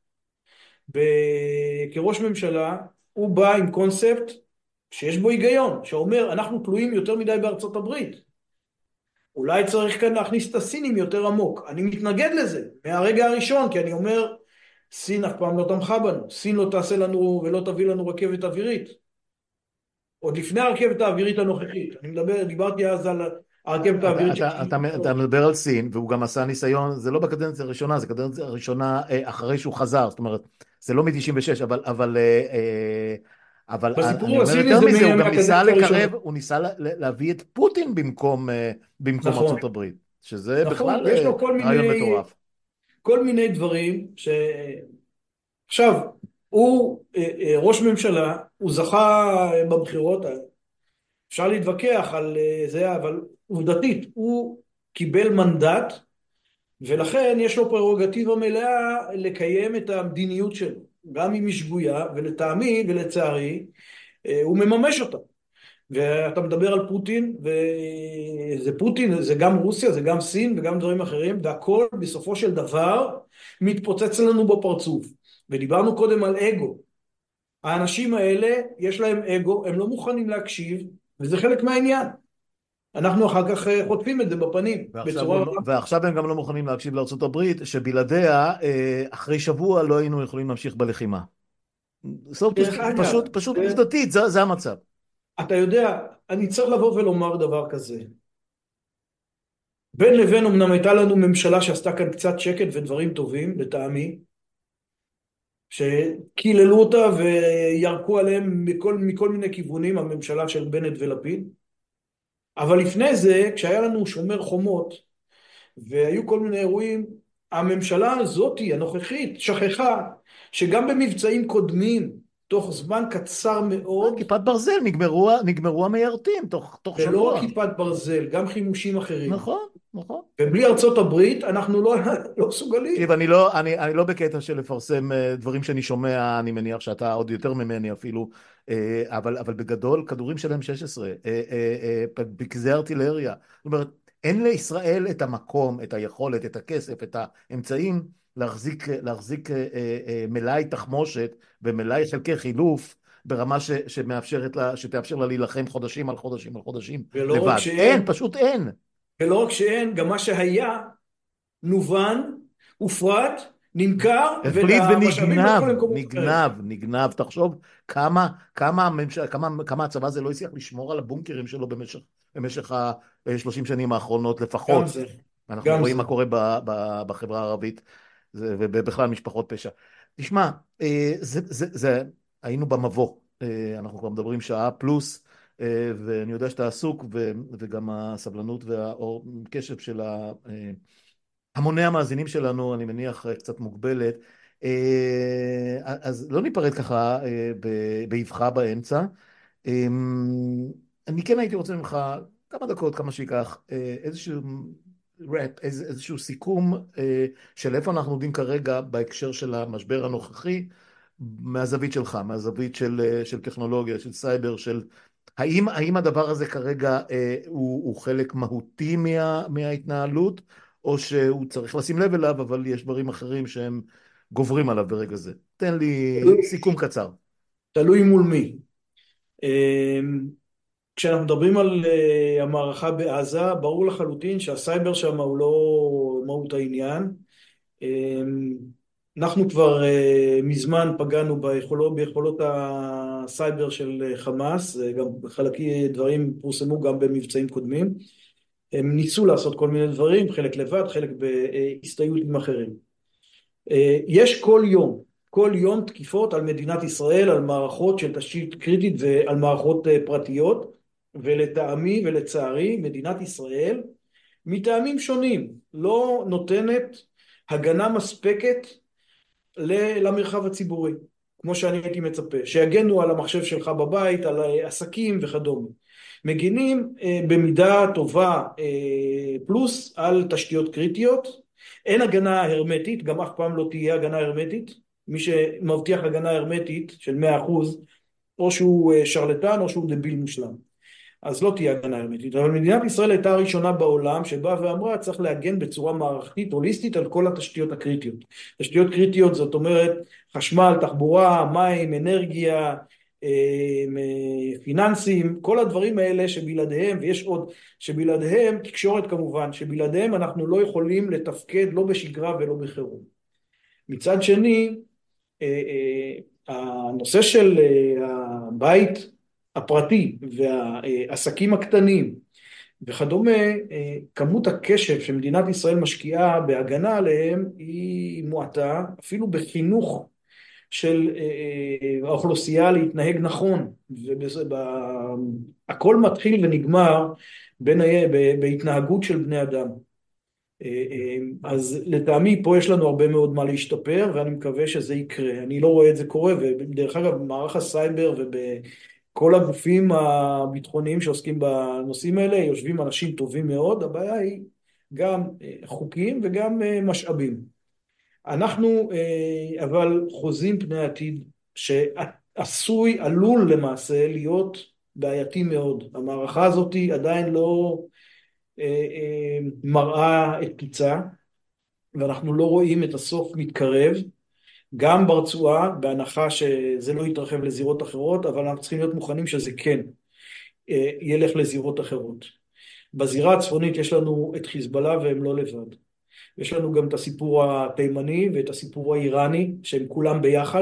כראש ממשלה, הוא בא עם קונספט שיש בו היגיון, שאומר אנחנו תלויים יותר מדי בארצות הברית. אולי צריך כאן להכניס את הסינים יותר עמוק. אני מתנגד לזה מהרגע הראשון, כי אני אומר, סין אף פעם לא תמכה בנו, סין לא תעשה לנו ולא תביא לנו רכבת אווירית. עוד לפני הרכבת האווירית הנוכחית. אני מדבר, דיברתי אז על הרכבת אתה, האווירית של אתה, אתה, אתה מדבר על סין, והוא גם עשה ניסיון, זה לא בקדנציה הראשונה, זה קדנציה הראשונה אה, אחרי שהוא חזר, זאת אומרת, זה לא מ-תשעים ושש, אבל, אבל, אה, אה, אבל אה, אני בסיפור אומר הסיני יותר זה מזה, הוא גם ניסה מהקדנציה הראשונה. לקרב, הוא ניסה לה- להביא את פוטין במקום, אה, במקום נכון, ארצות הברית, שזה נכון, בכלל יש אה, לו כל רעיון מיני, מטורף. כל מיני דברים ש... עכשיו, הוא אה, אה, ראש ממשלה, הוא זכה בבחירות, אפשר להתווכח על אה, זה, אבל עובדתית, הוא קיבל מנדט, ולכן יש לו פררוגטיבה מלאה לקיים את המדיניות שלו, גם אם היא שגויה, ולטעמי ולצערי, אה, הוא מממש אותה. ואתה מדבר על פוטין, וזה פוטין, זה גם רוסיה, זה גם סין וגם דברים אחרים, והכל בסופו של דבר מתפוצץ לנו בפרצוף. ודיברנו קודם על אגו. האנשים האלה, יש להם אגו, הם לא מוכנים להקשיב, וזה חלק מהעניין. אנחנו אחר כך אה, חוטפים את זה בפנים, ועכשיו, בצורה... הוא, לא- ועכשיו הם גם לא מוכנים להקשיב לארצות הברית, שבלעדיה, אה, אחרי שבוע לא היינו יכולים להמשיך בלחימה. זאת דרך אגב, פשוט, פשוט זה- עובדתית, זה, זה המצב. אתה יודע, אני צריך לבוא ולומר דבר כזה. בין לבין אמנם הייתה לנו ממשלה שעשתה כאן קצת שקט ודברים טובים, לטעמי, שקיללו אותה וירקו עליהם מכל, מכל מיני כיוונים, הממשלה של בנט ולפיד. אבל לפני זה, כשהיה לנו שומר חומות, והיו כל מיני אירועים, הממשלה הזאת, הנוכחית, שכחה שגם במבצעים קודמים, תוך זמן קצר אה, מאוד, כיפת ברזל, נגמרו, ה- נגמרו המיירטים תוך, תוך ולא רק שבוע. כיפת ברזל, גם חימושים אחרים. נכון, נכון. ובלי ארצות הברית אנחנו לא, לא מסוגלים. תקשיב, אני לא, אני, אני לא בקטע של לפרסם אה, דברים שאני שומע, אני מניח שאתה עוד יותר ממני אפילו, אה, אבל, אבל בגדול, כדורים של אם שש עשרה, אה, אה, אה, פגזי ארטילריה. זאת אומרת, אין לישראל את המקום, את היכולת, את הכסף, את האמצעים להחזיק, להחזיק אה, אה, מלאי תחמושת ומלאי חלקי חילוף ברמה ש, שמאפשרת לה, שתאפשר לה להילחם חודשים על חודשים על חודשים ולא רק לבד. אין, שאין, פשוט אין. ולא רק שאין, גם מה שהיה נובן, הופרט, נמכר, החליט והמשאבים ונגנב, הלכו למקומות אחרים. נגנב, נגנב. תחשוב כמה, כמה, הממשל, כמה, כמה הצבא הזה לא הצליח לשמור על הבונקרים שלו במשך, במשך ה-שלושים שנים האחרונות גם לפחות. זה, אנחנו גם רואים זה. מה קורה ב, ב, בחברה הערבית זה- ובכלל משפחות פשע. תשמע, אה, זה, זה, זה, היינו במבוא, אה, אנחנו כבר מדברים שעה פלוס, אה, ואני יודע שאתה עסוק, ו- וגם הסבלנות והקשב של ה... אה, המוני המאזינים שלנו, אני מניח, קצת מוגבלת. אה, אז לא ניפרד ככה אה, ב- באבחה באמצע. אמ, אני כן הייתי רוצה ממך כמה דקות, כמה שייקח, אה, איזשהו ראפ, איז- איזשהו סיכום אה, של איפה אנחנו עומדים כרגע בהקשר של המשבר הנוכחי, מהזווית שלך, מהזווית של, אה, של טכנולוגיה, של סייבר, של... האם, האם הדבר הזה כרגע אה, הוא, הוא חלק מהותי מה, מההתנהלות, או שהוא צריך לשים לב אליו, אבל יש דברים אחרים שהם גוברים עליו ברגע זה? תן לי תלוי, סיכום קצר. תלוי מול מי. אמ, כשאנחנו מדברים על אה, המערכה בעזה, ברור לחלוטין שהסייבר שם הוא לא מהות העניין. אמ, אנחנו כבר אה, מזמן פגענו ביכולות, ביכולות הסייבר של חמאס, זה גם חלקי דברים פורסמו גם במבצעים קודמים. הם ניסו לעשות כל מיני דברים, חלק לבד, חלק בהסתייעות עם אחרים. אה, יש כל יום, כל יום תקיפות על מדינת ישראל, על מערכות של תשתית קריטית ועל מערכות אה, פרטיות, ולטעמי ולצערי מדינת ישראל מטעמים שונים לא נותנת הגנה מספקת למרחב הציבורי, כמו שאני הייתי מצפה, שיגנו על המחשב שלך בבית, על עסקים וכדומה. מגינים אה, במידה טובה אה, פלוס על תשתיות קריטיות. אין הגנה הרמטית, גם אף פעם לא תהיה הגנה הרמטית. מי שמבטיח הגנה הרמטית של מאה אחוז, או שהוא אה, שרלטן או שהוא דביל מושלם. אז לא תהיה הגנה הרמטית. אבל מדינת ישראל הייתה הראשונה בעולם שבאה ואמרה צריך להגן בצורה מערכתית, הוליסטית, על כל התשתיות הקריטיות. תשתיות קריטיות זאת אומרת חשמל, תחבורה, מים, אנרגיה, אה, אה, פיננסים, כל הדברים האלה שבלעדיהם, ויש עוד שבלעדיהם, תקשורת כמובן, שבלעדיהם אנחנו לא יכולים לתפקד לא בשגרה ולא בחירום. מצד שני, אה, אה, הנושא של אה, הבית הפרטי והעסקים הקטנים וכדומה, אה, כמות הקשב שמדינת ישראל משקיעה בהגנה עליהם היא מועטה, אפילו בחינוך של אה, אה, האוכלוסייה להתנהג נכון, והכל מתחיל ונגמר בין, בהתנהגות של בני אדם. אז לטעמי פה יש לנו הרבה מאוד מה להשתפר, ואני מקווה שזה יקרה. אני לא רואה את זה קורה, ודרך אגב במערך הסייבר ובכל הגופים הביטחוניים שעוסקים בנושאים האלה יושבים אנשים טובים מאוד. הבעיה היא גם חוקים וגם משאבים. אנחנו אבל חוזים פני עתיד שעשוי, עלול למעשה להיות בעייתי מאוד. המערכה הזאת עדיין לא מראה את קיצה, ואנחנו לא רואים את הסוף מתקרב, גם ברצועה, בהנחה שזה לא יתרחב לזירות אחרות, אבל אנחנו צריכים להיות מוכנים שזה כן ילך לזירות אחרות. בזירה הצפונית יש לנו את חיזבאללה והם לא לבד. יש לנו גם את הסיפור התימני ואת הסיפור האיראני, שהם כולם ביחד.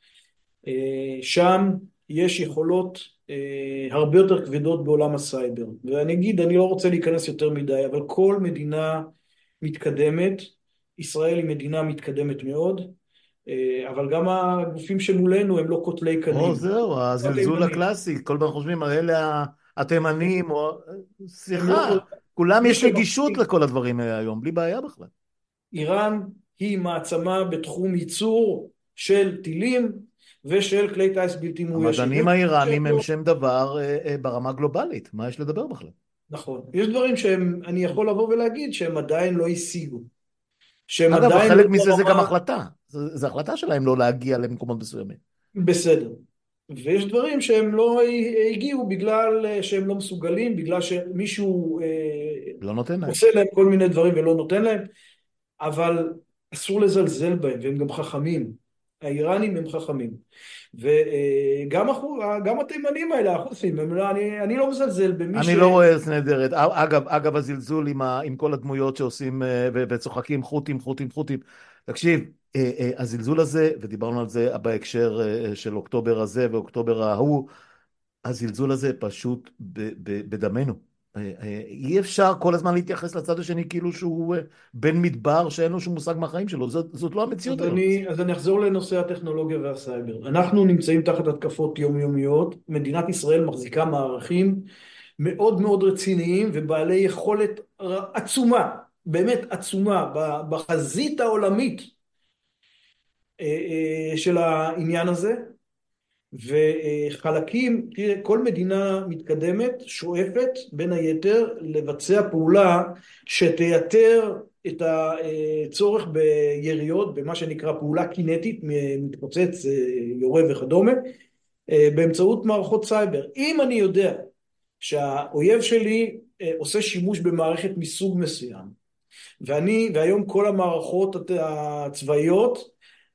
שם יש יכולות הרבה יותר כבדות בעולם הסייבר. ואני אגיד, אני לא רוצה להיכנס יותר מדי, אבל כל מדינה מתקדמת, ישראל היא מדינה מתקדמת מאוד, אבל גם הגופים שמולנו הם לא קוטלי או קנים. זהו, הזלזול התימנים, הקלאסי, כל פעם חושבים על אלה התימנים, או... הם לא סליחה, כל... כולם מי יש רגישות שמחזיק, לכל הדברים האלה היום, בלי בעיה בכלל. איראן היא מעצמה בתחום ייצור של טילים ושל כלי טיס בלתי מאוישים. המדענים האיראנים הם שם דבר אה, אה, ברמה גלובלית, מה יש לדבר בכלל? נכון. יש דברים שהם, אני יכול לבוא ולהגיד שהם עדיין לא השיגו. שהם אגב, עדיין לא חלק מזה זה גם ברמה החלטה, זו החלטה שלהם לא להגיע למקומות מסוימים. בסדר. ויש דברים שהם לא הגיעו בגלל שהם לא מסוגלים, בגלל שמישהו אה, לא נותן להם. עושה להם כל מיני דברים ולא נותן להם, אבל אסור לזלזל בהם, והם גם חכמים. האיראנים הם חכמים. וגם גם התימנים האלה, החות'ים, הם לא- אני אני לא מזלזל במי ש... אני לא רואה ארץ נהדרת. אגב, אגב הזלזול עם, ה, עם כל הדמויות שעושים אה, ו- וצוחקים חות'ים, חות'ים, חות'ים. תקשיב, אה, אה, הזלזול הזה, ודיברנו על זה בהקשר אה, של אוקטובר הזה ואוקטובר ההוא, הזלזול הזה פשוט ב, ב, בדמנו. אה, אה, אי אפשר כל הזמן להתייחס לצד השני כאילו שהוא אה, בן מדבר שאין לו שום מושג מהחיים שלו. זאת, זאת לא המציאות אז היום. אני, אז אני אחזור לנושא הטכנולוגיה והסייבר. אנחנו נמצאים תחת התקפות יומיומיות. מדינת ישראל מחזיקה מערכים מאוד מאוד רציניים ובעלי יכולת עצומה, באמת עצומה, בחזית העולמית אה, אה, של העניין הזה. וחלקים, תראה, כל מדינה מתקדמת שואפת בין היתר לבצע פעולה שתייתר את הצורך ביריות, במה שנקרא פעולה קינטית, מתפוצץ, יורה וכדומה, באמצעות מערכות סייבר. אם אני יודע שהאויב שלי עושה שימוש במערכת מסוג מסוים, ואני, והיום כל המערכות הצבאיות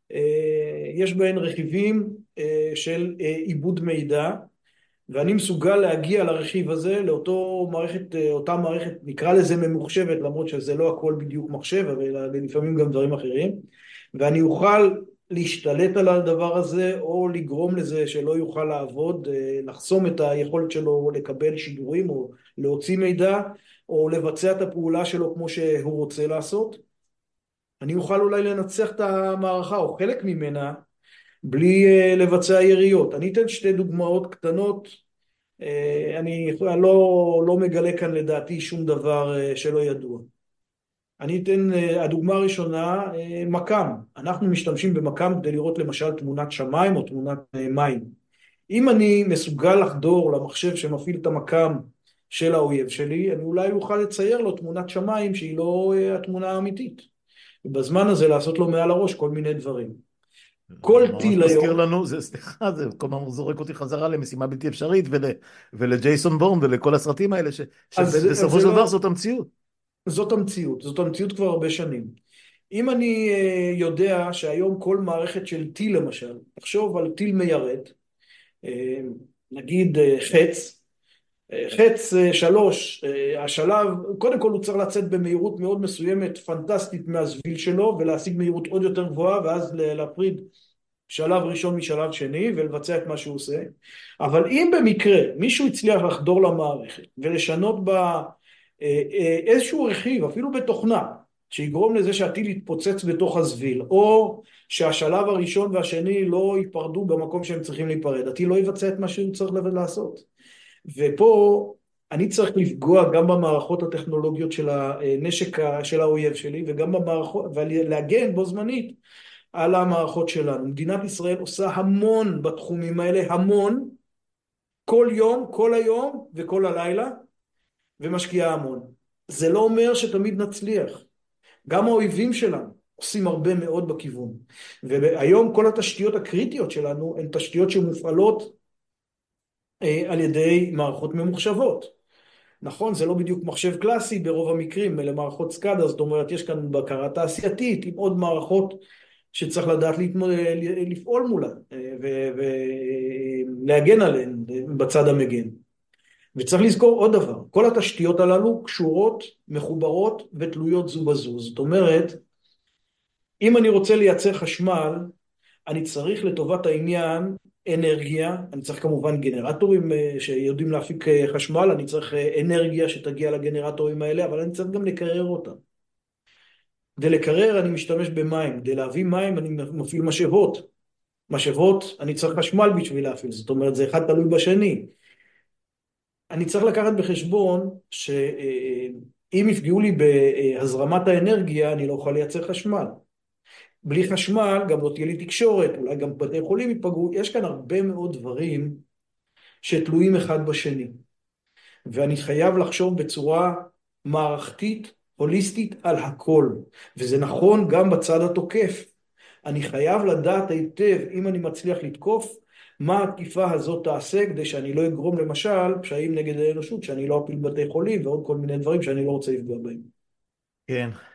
יש בהן רכיבים של עיבוד מידע, ואני מסוגל להגיע לרכיב הזה, לאותו מערכת, אותה מערכת, נקרא לזה ממוחשבת, למרות שזה לא הכל בדיוק מחשב, אבל לפעמים גם דברים אחרים, ואני אוכל להשתלט על הדבר הזה, או לגרום לזה שלא יוכל לעבוד, לחסום את היכולת שלו לקבל שידורים, או להוציא מידע, או לבצע את הפעולה שלו כמו שהוא רוצה לעשות. אני אוכל אולי לנצח את המערכה, או חלק ממנה, בלי uh, לבצע יריות. אני אתן שתי דוגמאות קטנות, uh, אני לא, לא מגלה כאן לדעתי שום דבר uh, שלא ידוע. אני אתן, uh, הדוגמה הראשונה, uh, מקם. אנחנו משתמשים במקם כדי לראות למשל תמונת שמיים או תמונת uh, מים. אם אני מסוגל לחדור למחשב שמפעיל את המקם של האויב שלי, אני אולי אוכל לצייר לו תמונת שמיים שהיא לא uh, התמונה האמיתית. ובזמן הזה לעשות לו מעל הראש כל מיני דברים. זה כל ממש טיל מזכיר היום, לנו, זה סליחה, זה כל הזמן זורק אותי חזרה למשימה בלתי אפשרית ול, ולג'ייסון בורן ולכל הסרטים האלה, ש, אז, אז שבסופו זה של דבר לא, זאת המציאות. זאת המציאות, זאת המציאות כבר הרבה שנים. אם אני אה, יודע שהיום כל מערכת של טיל למשל, תחשוב על טיל מיירט, אה, נגיד אה, חץ, אה, חץ אה, שלוש, אה, השלב, קודם כל הוא צריך לצאת במהירות מאוד מסוימת, פנטסטית מהסביל שלו, ולהשיג מהירות עוד יותר גבוהה, ואז להפריד שלב ראשון משלב שני ולבצע את מה שהוא עושה. אבל אם במקרה מישהו הצליח לחדור למערכת ולשנות בה אה, אה, איזשהו רכיב, אפילו בתוכנה, שיגרום לזה שהטיל יתפוצץ בתוך הסביל, או שהשלב הראשון והשני לא ייפרדו במקום שהם צריכים להיפרד, הטיל לא יבצע את מה שהוא צריך לעשות. ופה אני צריך לפגוע גם במערכות הטכנולוגיות של הנשק של האויב שלי, וגם במערכות, ולהגן בו זמנית על המערכות שלנו. מדינת ישראל עושה המון בתחומים האלה, המון, כל יום, כל היום וכל הלילה, ומשקיעה המון. זה לא אומר שתמיד נצליח. גם האויבים שלנו עושים הרבה מאוד בכיוון. והיום כל התשתיות הקריטיות שלנו הן תשתיות שמופעלות אה, על ידי מערכות ממוחשבות. נכון, זה לא בדיוק מחשב קלאסי ברוב המקרים, אלה מערכות סקאדה, זאת אומרת, יש כאן בקרה תעשייתית עם עוד מערכות שצריך לדעת לפעול מולה ולהגן עליהן בצד המגן. וצריך לזכור עוד דבר, כל התשתיות הללו קשורות, מחוברות ותלויות זו בזו. זאת אומרת, אם אני רוצה לייצר חשמל, אני צריך לטובת העניין אנרגיה, אני צריך כמובן גנרטורים שיודעים להפיק חשמל, אני צריך אנרגיה שתגיע לגנרטורים האלה, אבל אני צריך גם לקרר אותם. כדי לקרר אני משתמש במים, כדי להביא מים אני מפעיל משאבות. משאבות אני צריך חשמל בשביל להפעיל, זאת אומרת זה אחד תלוי בשני. אני צריך לקחת בחשבון שאם יפגעו לי בהזרמת האנרגיה אני לא אוכל לייצר חשמל. בלי חשמל גם לא תהיה לי תקשורת, אולי גם בתי חולים ייפגעו, יש כאן הרבה מאוד דברים שתלויים אחד בשני. ואני חייב לחשוב בצורה מערכתית, הוליסטית על הכל. וזה נכון גם בצד התוקף. אני חייב לדעת היטב, אם אני מצליח לתקוף, מה התקיפה הזאת תעשה, כדי שאני לא אגרום למשל פשעים נגד האנושות, שאני לא אפיל בתי חולים ועוד כל מיני דברים שאני לא רוצה לפגוע בהם. כן.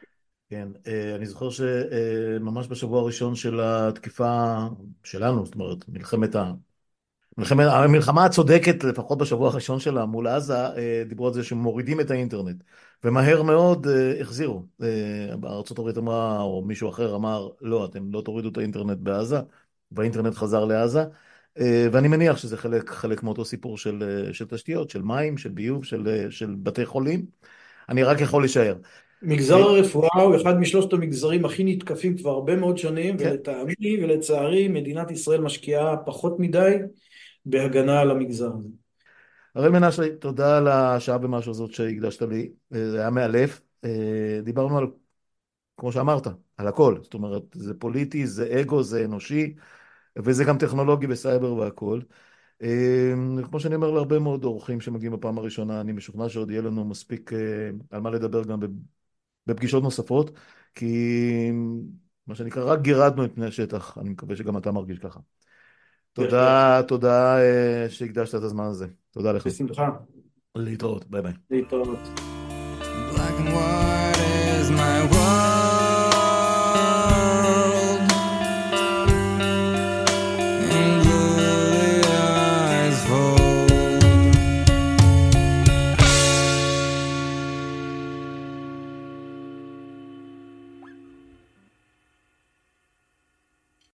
כן, אה, אני זוכר שממש בשבוע הראשון של התקיפה שלנו, זאת אומרת, מלחמת ה... מלחמת, המלחמה הצודקת, לפחות בשבוע הראשון שלה מול עזה, אה, דיברו על זה שמורידים את האינטרנט. ומהר מאוד אה, החזירו. אה, ארצות הברית אמרה, או מישהו אחר אמר, לא, אתם לא תורידו את האינטרנט בעזה, והאינטרנט חזר לעזה. אה, ואני מניח שזה חלק, חלק מאותו סיפור של, אה, של תשתיות, של מים, של ביוב, של, אה, של בתי חולים. אני רק יכול לשער. מגזר אה, הרפואה הוא אחד משלושת המגזרים הכי נתקפים כבר הרבה מאוד שנים, כן. ולטעמי ולצערי מדינת ישראל משקיעה פחות מדי בהגנה על המגזר הזה. הראל מנשה, תודה על השעה ומשהו הזאת שהקדשת לי, אה, זה היה מאלף. אה, דיברנו על, כמו שאמרת, על הכל. זאת אומרת, זה פוליטי, זה אגו, זה אנושי, וזה גם טכנולוגי וסייבר והכל. אה, כמו שאני אומר להרבה מאוד אורחים שמגיעים בפעם הראשונה, אני משוכנע שעוד יהיה לנו מספיק אה, על מה לדבר גם בפגישות נוספות, כי מה שנקרא, רק גירדנו את פני השטח. אני מקווה שגם אתה מרגיש ככה. בהחלט. תודה, תודה אה, שהקדשת את הזמן הזה. תודה לך. בשמחה. להתראות, ביי ביי. להתראות. Black and white is my world.